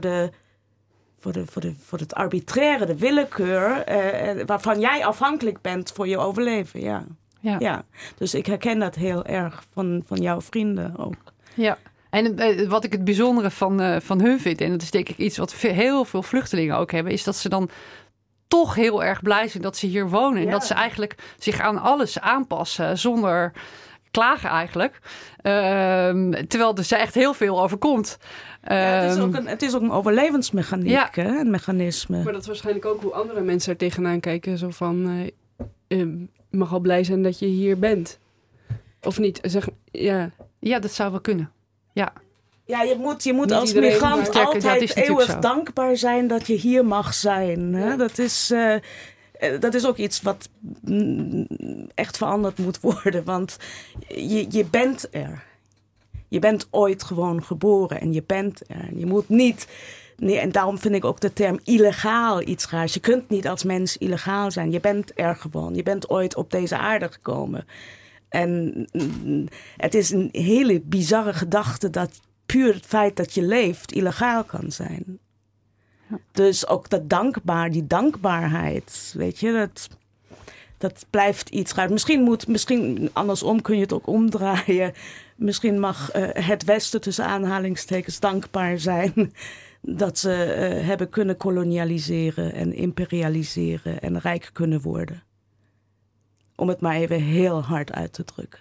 het arbitraire, de willekeur, waarvan jij afhankelijk bent voor je overleven. Ja. Dus ik herken dat heel erg van jouw vrienden ook. Ja. En wat ik het bijzondere van hun vind, en dat is denk ik iets wat heel veel vluchtelingen ook hebben, is dat ze dan toch heel erg blij zijn dat ze hier wonen. En dat ze eigenlijk zich aan alles aanpassen zonder klagen eigenlijk. Terwijl er echt heel veel overkomt. Het is ook een overlevensmechaniek, hè? Een mechanisme. Maar dat is waarschijnlijk ook hoe andere mensen er tegenaan kijken. Zo van, je mag al blij zijn dat je hier bent. Of niet? Ja, dat zou wel kunnen. Ja. Ja, je moet als migrant altijd eeuwig dankbaar zijn dat je hier mag zijn. Hè? Ja. Dat is ook iets wat echt veranderd moet worden. Want je bent er. Je bent ooit gewoon geboren en je bent er. Je moet niet. Nee, en daarom vind ik ook de term illegaal iets raars. Je kunt niet als mens illegaal zijn. Je bent er gewoon. Je bent ooit op deze aarde gekomen. En het is een hele bizarre gedachte dat puur het feit dat je leeft illegaal kan zijn. Ja. Dus ook die dankbaarheid, weet je, dat blijft iets raar. Misschien andersom kun je het ook omdraaien. Misschien mag het Westen tussen aanhalingstekens dankbaar zijn dat ze hebben kunnen kolonialiseren en imperialiseren en rijk kunnen worden. Om het maar even heel hard uit te drukken.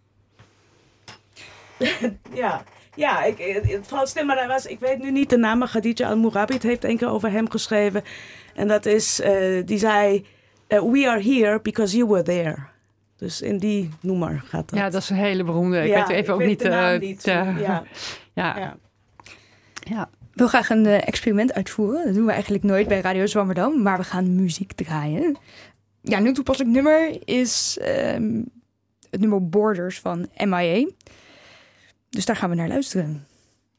Het valt stil, maar ik weet nu niet de naam, maar Khadija Al-Murabit heeft een keer over hem geschreven. En dat is, die zei, we are here because you were there. Dus in die noemer gaat dat. Ja, dat is een hele beroemde. Ik weet even ook niet. De naam niet. Ja. Ik wil graag een experiment uitvoeren. Dat doen we eigenlijk nooit bij Radio Zwammerdam, maar we gaan muziek draaien. Ja, een toepasselijk nummer is het nummer Borders van MIA. Dus daar gaan we naar luisteren.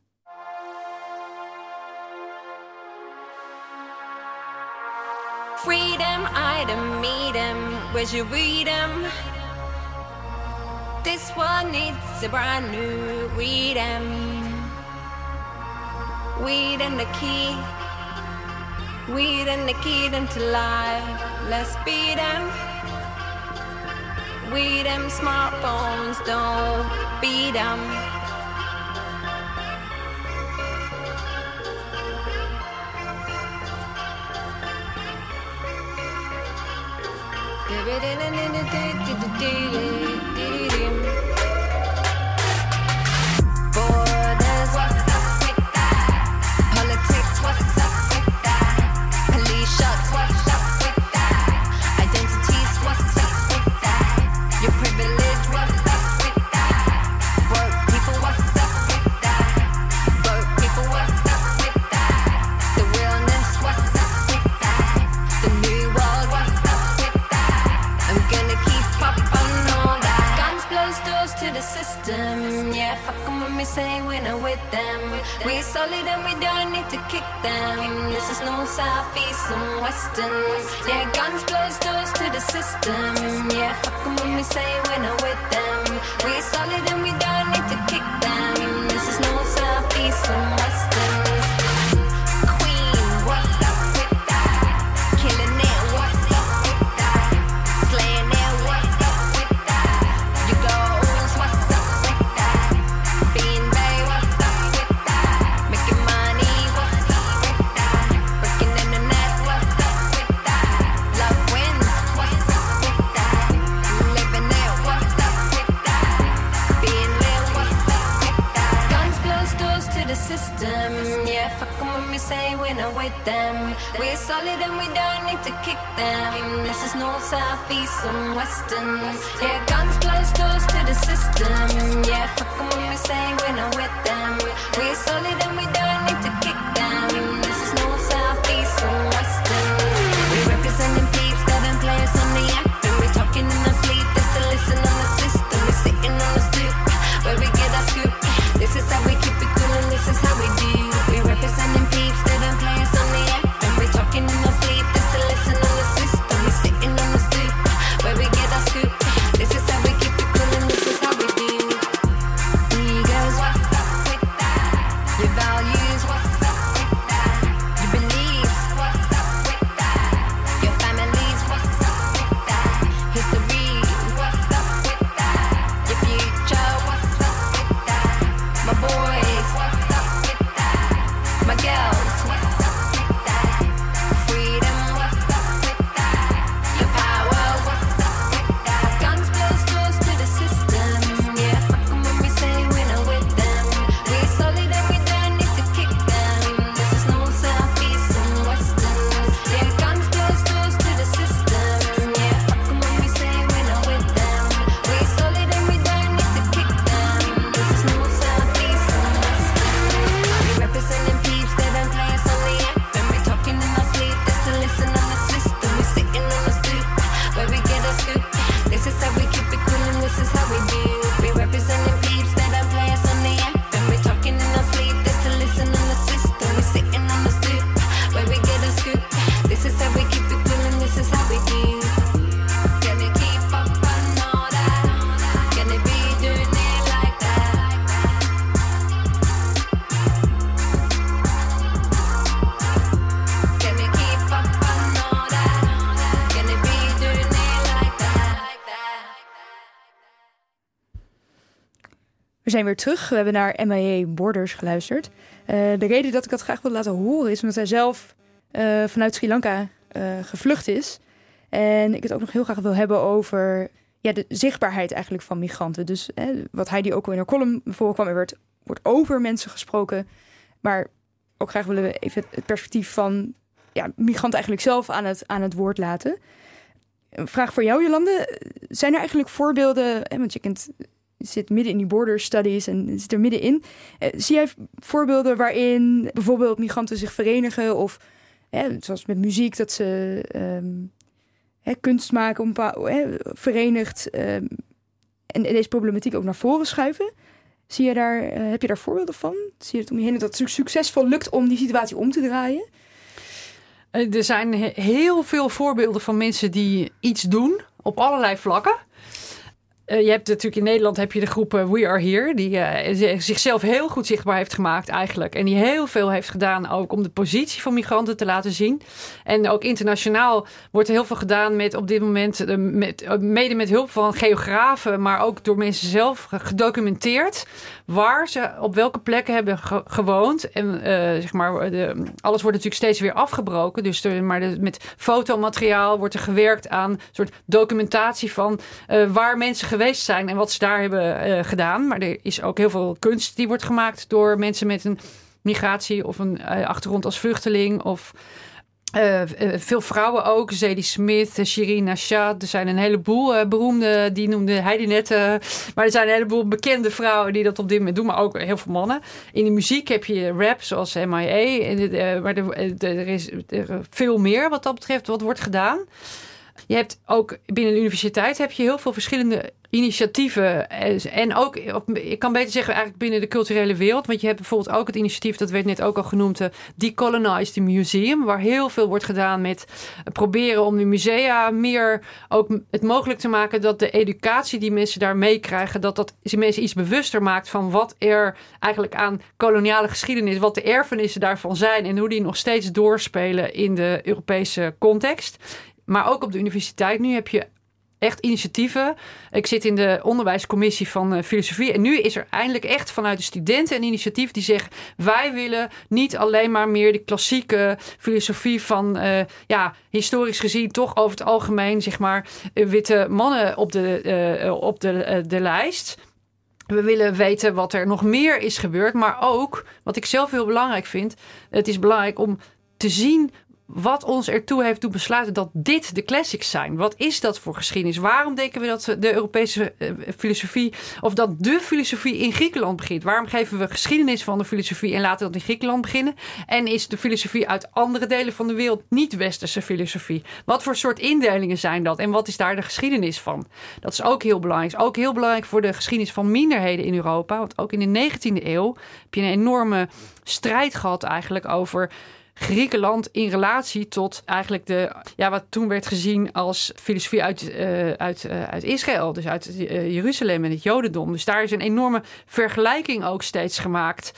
Freedom, item, meet him, where's your freedom? This one needs a brand new freedom. Weed and the key, weed and the key to life. Let's beat them. We them smartphones, don't beat them. Borders, what's up with that? Politics, what's up with that? Police shots, what's up with that? Identities, what's up with that? Your privilege, what's up with that? Broke people, what's up with that? Broke people, what's up with that? The realness, what's up with that? The new world, what's up with that? I'm gonna keep up on all that. Guns blows doors to the system. Yeah, fuck 'em when we say we're not with them. We're solid and we don't need to kick them. This is no south, east and western. Yeah, guns blows doors to the system. Yeah, fuck 'em when we say we're not with them. We're solid and we don't need to kick them. This is no south, east and western. Queen, what's up with that? Killing it, what's up with that? Slaying it, what's up with that? Your goals, what's up with that? Being bay, what's up with that? Making money, what's up with that? Breaking in the net, what's up with that? Love wins, what's up with that? Living it, what's up with that? Being real, what's up with that? Guns blows doors to the system. Yeah, fuck 'em when we say we're not with them. We're solid and we don't need to kick them. This is north, south, east and western. Yeah, guns blows doors to the system. Yeah, fuck 'em when we say we're not with them. We're solid and we don't need to kick them. This is north, south, east and western. We representing peeps that don't play us on the app. And we're talking in our sleep just to listen on the system. We're sitting on the stoop where we get our scoop. This is how we keep it cool and this is how we do. We representing peeps that don't play us on the app. And we're talking in our sleep just to listen on the system. We're sitting on the stoop where we get our scoop. This is how we keep it cool and this is how we do. Egos, what's up with that? Your values, what's up We zijn weer terug. We hebben naar MIA Borders geluisterd. De reden dat ik dat graag wil laten horen is omdat hij zelf vanuit Sri Lanka gevlucht is. En ik het ook nog heel graag wil hebben over de zichtbaarheid eigenlijk van migranten. Dus wat Heidi ook al in haar column voorkwam, er wordt over mensen gesproken. Maar ook graag willen we even het perspectief van migranten eigenlijk zelf aan het woord laten. Een vraag voor jou, Jolande. Zijn er eigenlijk voorbeelden, want je zit midden in die border studies en zit er middenin. Zie jij voorbeelden waarin bijvoorbeeld migranten zich verenigen of zoals met muziek dat ze kunst maken, verenigd en deze problematiek ook naar voren schuiven? Heb je daar voorbeelden van? Zie je het om je heen dat het succesvol lukt om die situatie om te draaien? Er zijn heel veel voorbeelden van mensen die iets doen op allerlei vlakken. Je hebt natuurlijk in Nederland heb je de groep We Are Here, die zichzelf heel goed zichtbaar heeft gemaakt eigenlijk. En die heel veel heeft gedaan ook om de positie van migranten te laten zien. En ook internationaal wordt er heel veel gedaan met op dit moment, mede met hulp van geografen, maar ook door mensen zelf gedocumenteerd waar ze op welke plekken hebben gewoond. En alles wordt natuurlijk steeds weer afgebroken. Dus met fotomateriaal wordt er gewerkt aan een soort documentatie van waar mensen geweest zijn en wat ze daar hebben gedaan. Maar er is ook heel veel kunst die wordt gemaakt door mensen met een migratie of een achtergrond als vluchteling of veel vrouwen ook. Zadie Smith, Shirin Nashat. Er zijn een heleboel beroemde, die noemde Heidi net. Maar er zijn een heleboel bekende vrouwen die dat op dit moment doen. Maar ook heel veel mannen. In de muziek heb je rap zoals MIA. Maar er is veel meer wat dat betreft wat wordt gedaan. Je hebt ook binnen de universiteit heb je heel veel verschillende initiatieven. En ook, ik kan beter zeggen, eigenlijk binnen de culturele wereld. Want je hebt bijvoorbeeld ook het initiatief, dat werd net ook al genoemd, Decolonize the Museum. Waar heel veel wordt gedaan met proberen om de musea meer ook het mogelijk te maken dat de educatie die mensen daar meekrijgen, dat mensen iets bewuster maakt van wat er eigenlijk aan koloniale geschiedenis, wat de erfenissen daarvan zijn en hoe die nog steeds doorspelen in de Europese context. Maar ook op de universiteit. Nu heb je echt initiatieven. Ik zit in de onderwijscommissie van filosofie. En nu is er eindelijk echt vanuit de studenten een initiatief die zegt, wij willen niet alleen maar meer de klassieke filosofie van, historisch gezien toch over het algemeen, zeg maar, witte mannen op de lijst. We willen weten wat er nog meer is gebeurd. Maar ook, wat ik zelf heel belangrijk vind, het is belangrijk om te zien wat ons ertoe heeft doen besluiten dat dit de classics zijn. Wat is dat voor geschiedenis? Waarom denken we dat de Europese filosofie, of dat de filosofie in Griekenland begint? Waarom geven we geschiedenis van de filosofie en laten dat in Griekenland beginnen? En is de filosofie uit andere delen van de wereld niet westerse filosofie? Wat voor soort indelingen zijn dat? En wat is daar de geschiedenis van? Dat is ook heel belangrijk. Is ook heel belangrijk voor de geschiedenis van minderheden in Europa. Want ook in de 19e eeuw heb je een enorme strijd gehad eigenlijk over Griekenland in relatie tot eigenlijk wat toen werd gezien als filosofie uit Israël, dus uit Jeruzalem en het Jodendom. Dus daar is een enorme vergelijking ook steeds gemaakt.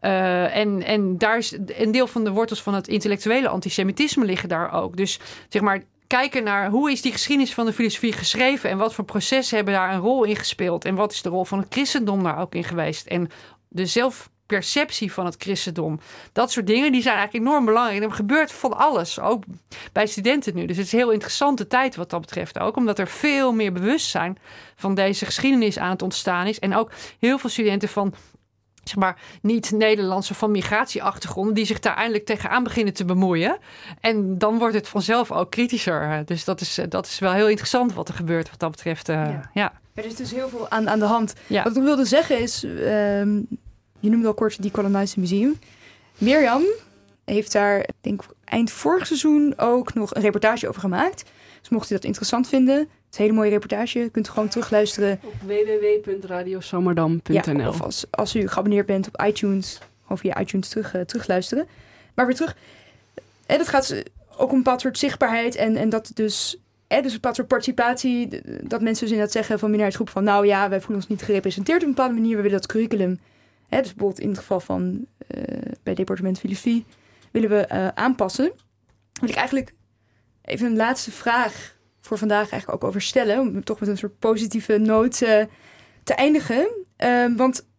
En daar is een deel van de wortels van het intellectuele antisemitisme liggen daar ook. Dus zeg maar, kijken naar hoe is die geschiedenis van de filosofie geschreven en wat voor processen hebben daar een rol in gespeeld en wat is de rol van het christendom daar ook in geweest en de zelfperceptie van het christendom. Dat soort dingen die zijn eigenlijk enorm belangrijk. En er gebeurt van alles, ook bij studenten nu. Dus het is een heel interessante tijd wat dat betreft ook. Omdat er veel meer bewustzijn van deze geschiedenis aan het ontstaan is. En ook heel veel studenten van, zeg maar, niet-Nederlandse van migratieachtergronden die zich daar eindelijk tegenaan beginnen te bemoeien. En dan wordt het vanzelf ook kritischer. Dus dat is wel heel interessant wat er gebeurt wat dat betreft. Ja. Er is dus heel veel aan de hand. Ja. Wat ik nog wilde zeggen is, je noemde al kort Decolonize Museum. Mirjam heeft daar, ik denk eind vorig seizoen ook nog een reportage over gemaakt. Dus mocht u dat interessant vinden, het is een hele mooie reportage. Je kunt gewoon terugluisteren op www.radioswammerdam.nl. Ja, of als u geabonneerd bent op iTunes, gewoon via iTunes terugluisteren. Maar weer terug. Dat gaat ook om een bepaald soort zichtbaarheid en dat dus dus een bepaald soort participatie, dat mensen dus inderdaad zeggen van minderheidsgroep van nou ja, wij voelen ons niet gerepresenteerd op een bepaalde manier. We willen dat curriculum, dus bijvoorbeeld in het geval van bij het departement filosofie, willen we aanpassen. Wil ik eigenlijk even een laatste vraag voor vandaag eigenlijk ook over stellen, om toch met een soort positieve noot te eindigen. Want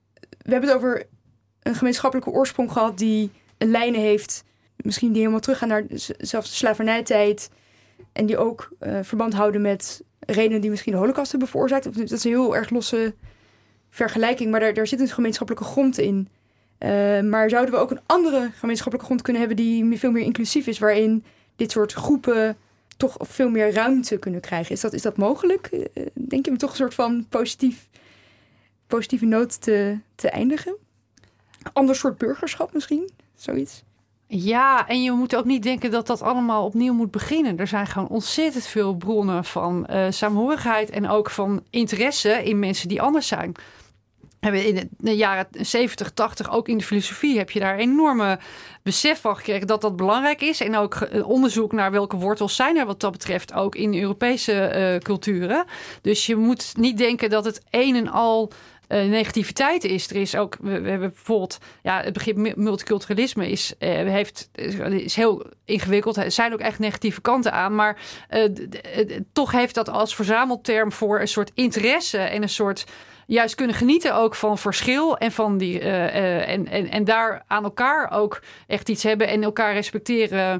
we hebben het over een gemeenschappelijke oorsprong gehad die lijnen heeft, misschien die helemaal teruggaan naar zelfs de slavernijtijd. En die ook verband houden met redenen die misschien de Holocaust hebben veroorzaakt. Dat is een heel erg losse vergelijking, maar daar zit een gemeenschappelijke grond in. Maar zouden we ook een andere gemeenschappelijke grond kunnen hebben die veel meer inclusief is, waarin dit soort groepen toch veel meer ruimte kunnen krijgen? Is dat mogelijk? Denk je om toch een soort van positieve noot te eindigen? Ander soort burgerschap misschien? Zoiets? Ja, en je moet ook niet denken dat dat allemaal opnieuw moet beginnen. Er zijn gewoon ontzettend veel bronnen van saamhorigheid en ook van interesse in mensen die anders zijn. In de jaren 70, 80, ook in de filosofie, heb je daar enorme besef van gekregen dat dat belangrijk is. En ook onderzoek naar welke wortels zijn er wat dat betreft ook in Europese culturen. Dus je moet niet denken dat het een en al negativiteit is. Er is ook, we hebben bijvoorbeeld, het begrip multiculturalisme is heel ingewikkeld. Er zijn ook echt negatieve kanten aan, maar toch heeft dat als verzamelterm voor een soort interesse en een soort juist kunnen genieten ook van verschil en van die en daar aan elkaar ook echt iets hebben en elkaar respecteren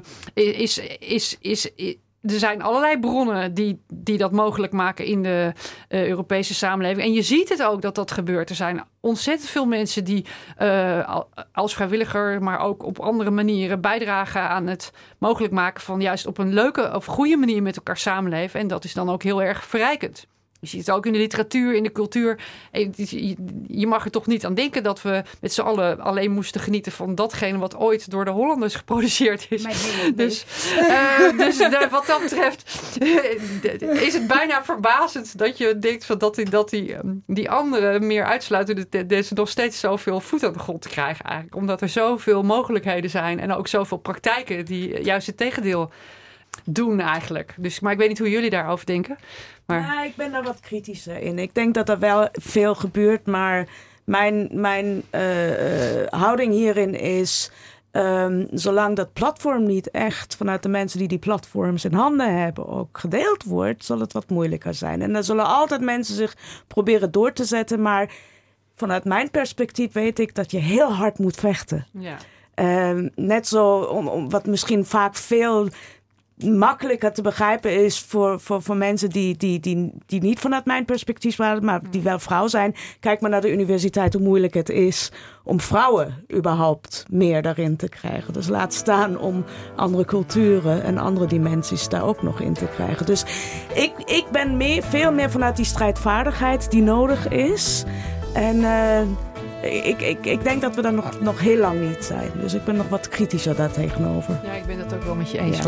er zijn allerlei bronnen die dat mogelijk maken in de Europese samenleving. En je ziet het ook dat dat gebeurt. Er zijn ontzettend veel mensen die als vrijwilliger, maar ook op andere manieren bijdragen aan het mogelijk maken van juist op een leuke of goede manier met elkaar samenleven. En dat is dan ook heel erg verrijkend. Je ziet het ook in de literatuur, in de cultuur. Je mag er toch niet aan denken dat we met z'n allen alleen moesten genieten van datgene wat ooit door de Hollanders geproduceerd is. Dus wat dat betreft is het bijna verbazend dat je denkt van dat die anderen meer uitsluiten. Dat ze nog steeds zoveel voet aan de grond krijgen eigenlijk. Omdat er zoveel mogelijkheden zijn en ook zoveel praktijken die juist het tegendeel doen eigenlijk. Maar ik weet niet hoe jullie daarover denken. Maar ja, ik ben daar wat kritischer in. Ik denk dat er wel veel gebeurt, maar mijn houding hierin is, zolang dat platform niet echt vanuit de mensen die platforms in handen hebben ook gedeeld wordt, zal het wat moeilijker zijn. En er zullen altijd mensen zich proberen door te zetten, maar vanuit mijn perspectief weet ik dat je heel hard moet vechten. ja. Net zo, wat misschien vaak veel makkelijker te begrijpen is voor mensen die niet vanuit mijn perspectief waren, maar die wel vrouw zijn. Kijk maar naar de universiteit, hoe moeilijk het is om vrouwen überhaupt meer daarin te krijgen. Dus laat staan om andere culturen en andere dimensies daar ook nog in te krijgen. Dus ik ben veel meer vanuit die strijdvaardigheid die nodig is. En ik denk dat we daar nog heel lang niet zijn. Dus ik ben nog wat kritischer daar tegenover. Ja, ik ben dat ook wel met je eens.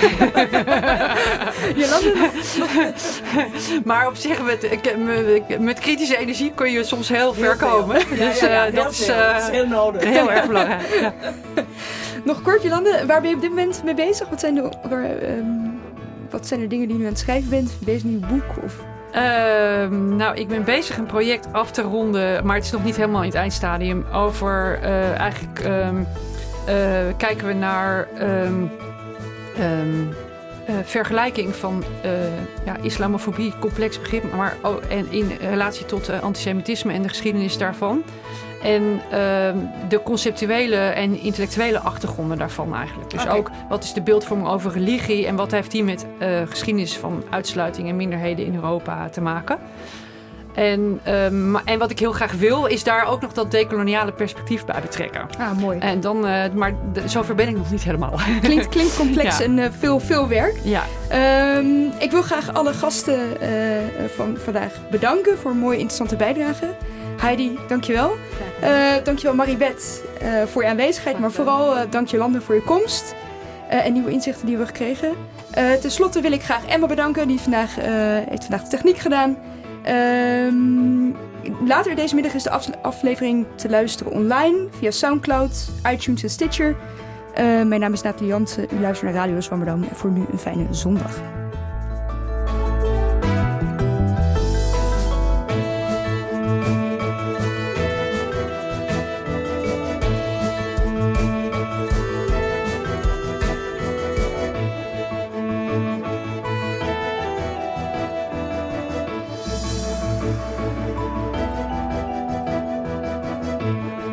Maar op zich, met kritische energie kun je soms heel ver komen. Dus dat is heel nodig. Heel erg belangrijk. Ja. Nog kort, Jolande, waar ben je op dit moment mee bezig? Wat zijn er dingen die je nu aan het schrijven bent? Bezig een nieuw boek? Of? Ik ben bezig een project af te ronden, maar het is nog niet helemaal in het eindstadium. Over kijken we naar vergelijking van islamofobie, complex begrip, maar en in relatie tot antisemitisme en de geschiedenis daarvan. En de conceptuele en intellectuele achtergronden daarvan eigenlijk. Dus ook, wat is de beeldvorming over religie en wat heeft die met geschiedenis van uitsluiting en minderheden in Europa te maken. En wat ik heel graag wil, is daar ook nog dat dekoloniale perspectief bij betrekken. Ah, mooi. En dan, maar zover ben ik nog niet helemaal. Klinkt complex en veel werk. Ja. Ik wil graag alle gasten van vandaag bedanken voor een mooie, interessante bijdrage. Heidi, dankjewel. Dankjewel Maribeth voor je aanwezigheid, maar vooral dank Jolande voor je komst en nieuwe inzichten die we hebben gekregen. Ten slotte wil ik graag Emma bedanken, die heeft vandaag de techniek gedaan. Later deze middag is de aflevering te luisteren online via Soundcloud, iTunes en Stitcher. Mijn naam is Nathalie Jansen, u luistert naar Radio Zwammerdam en voor nu een fijne zondag. Doei.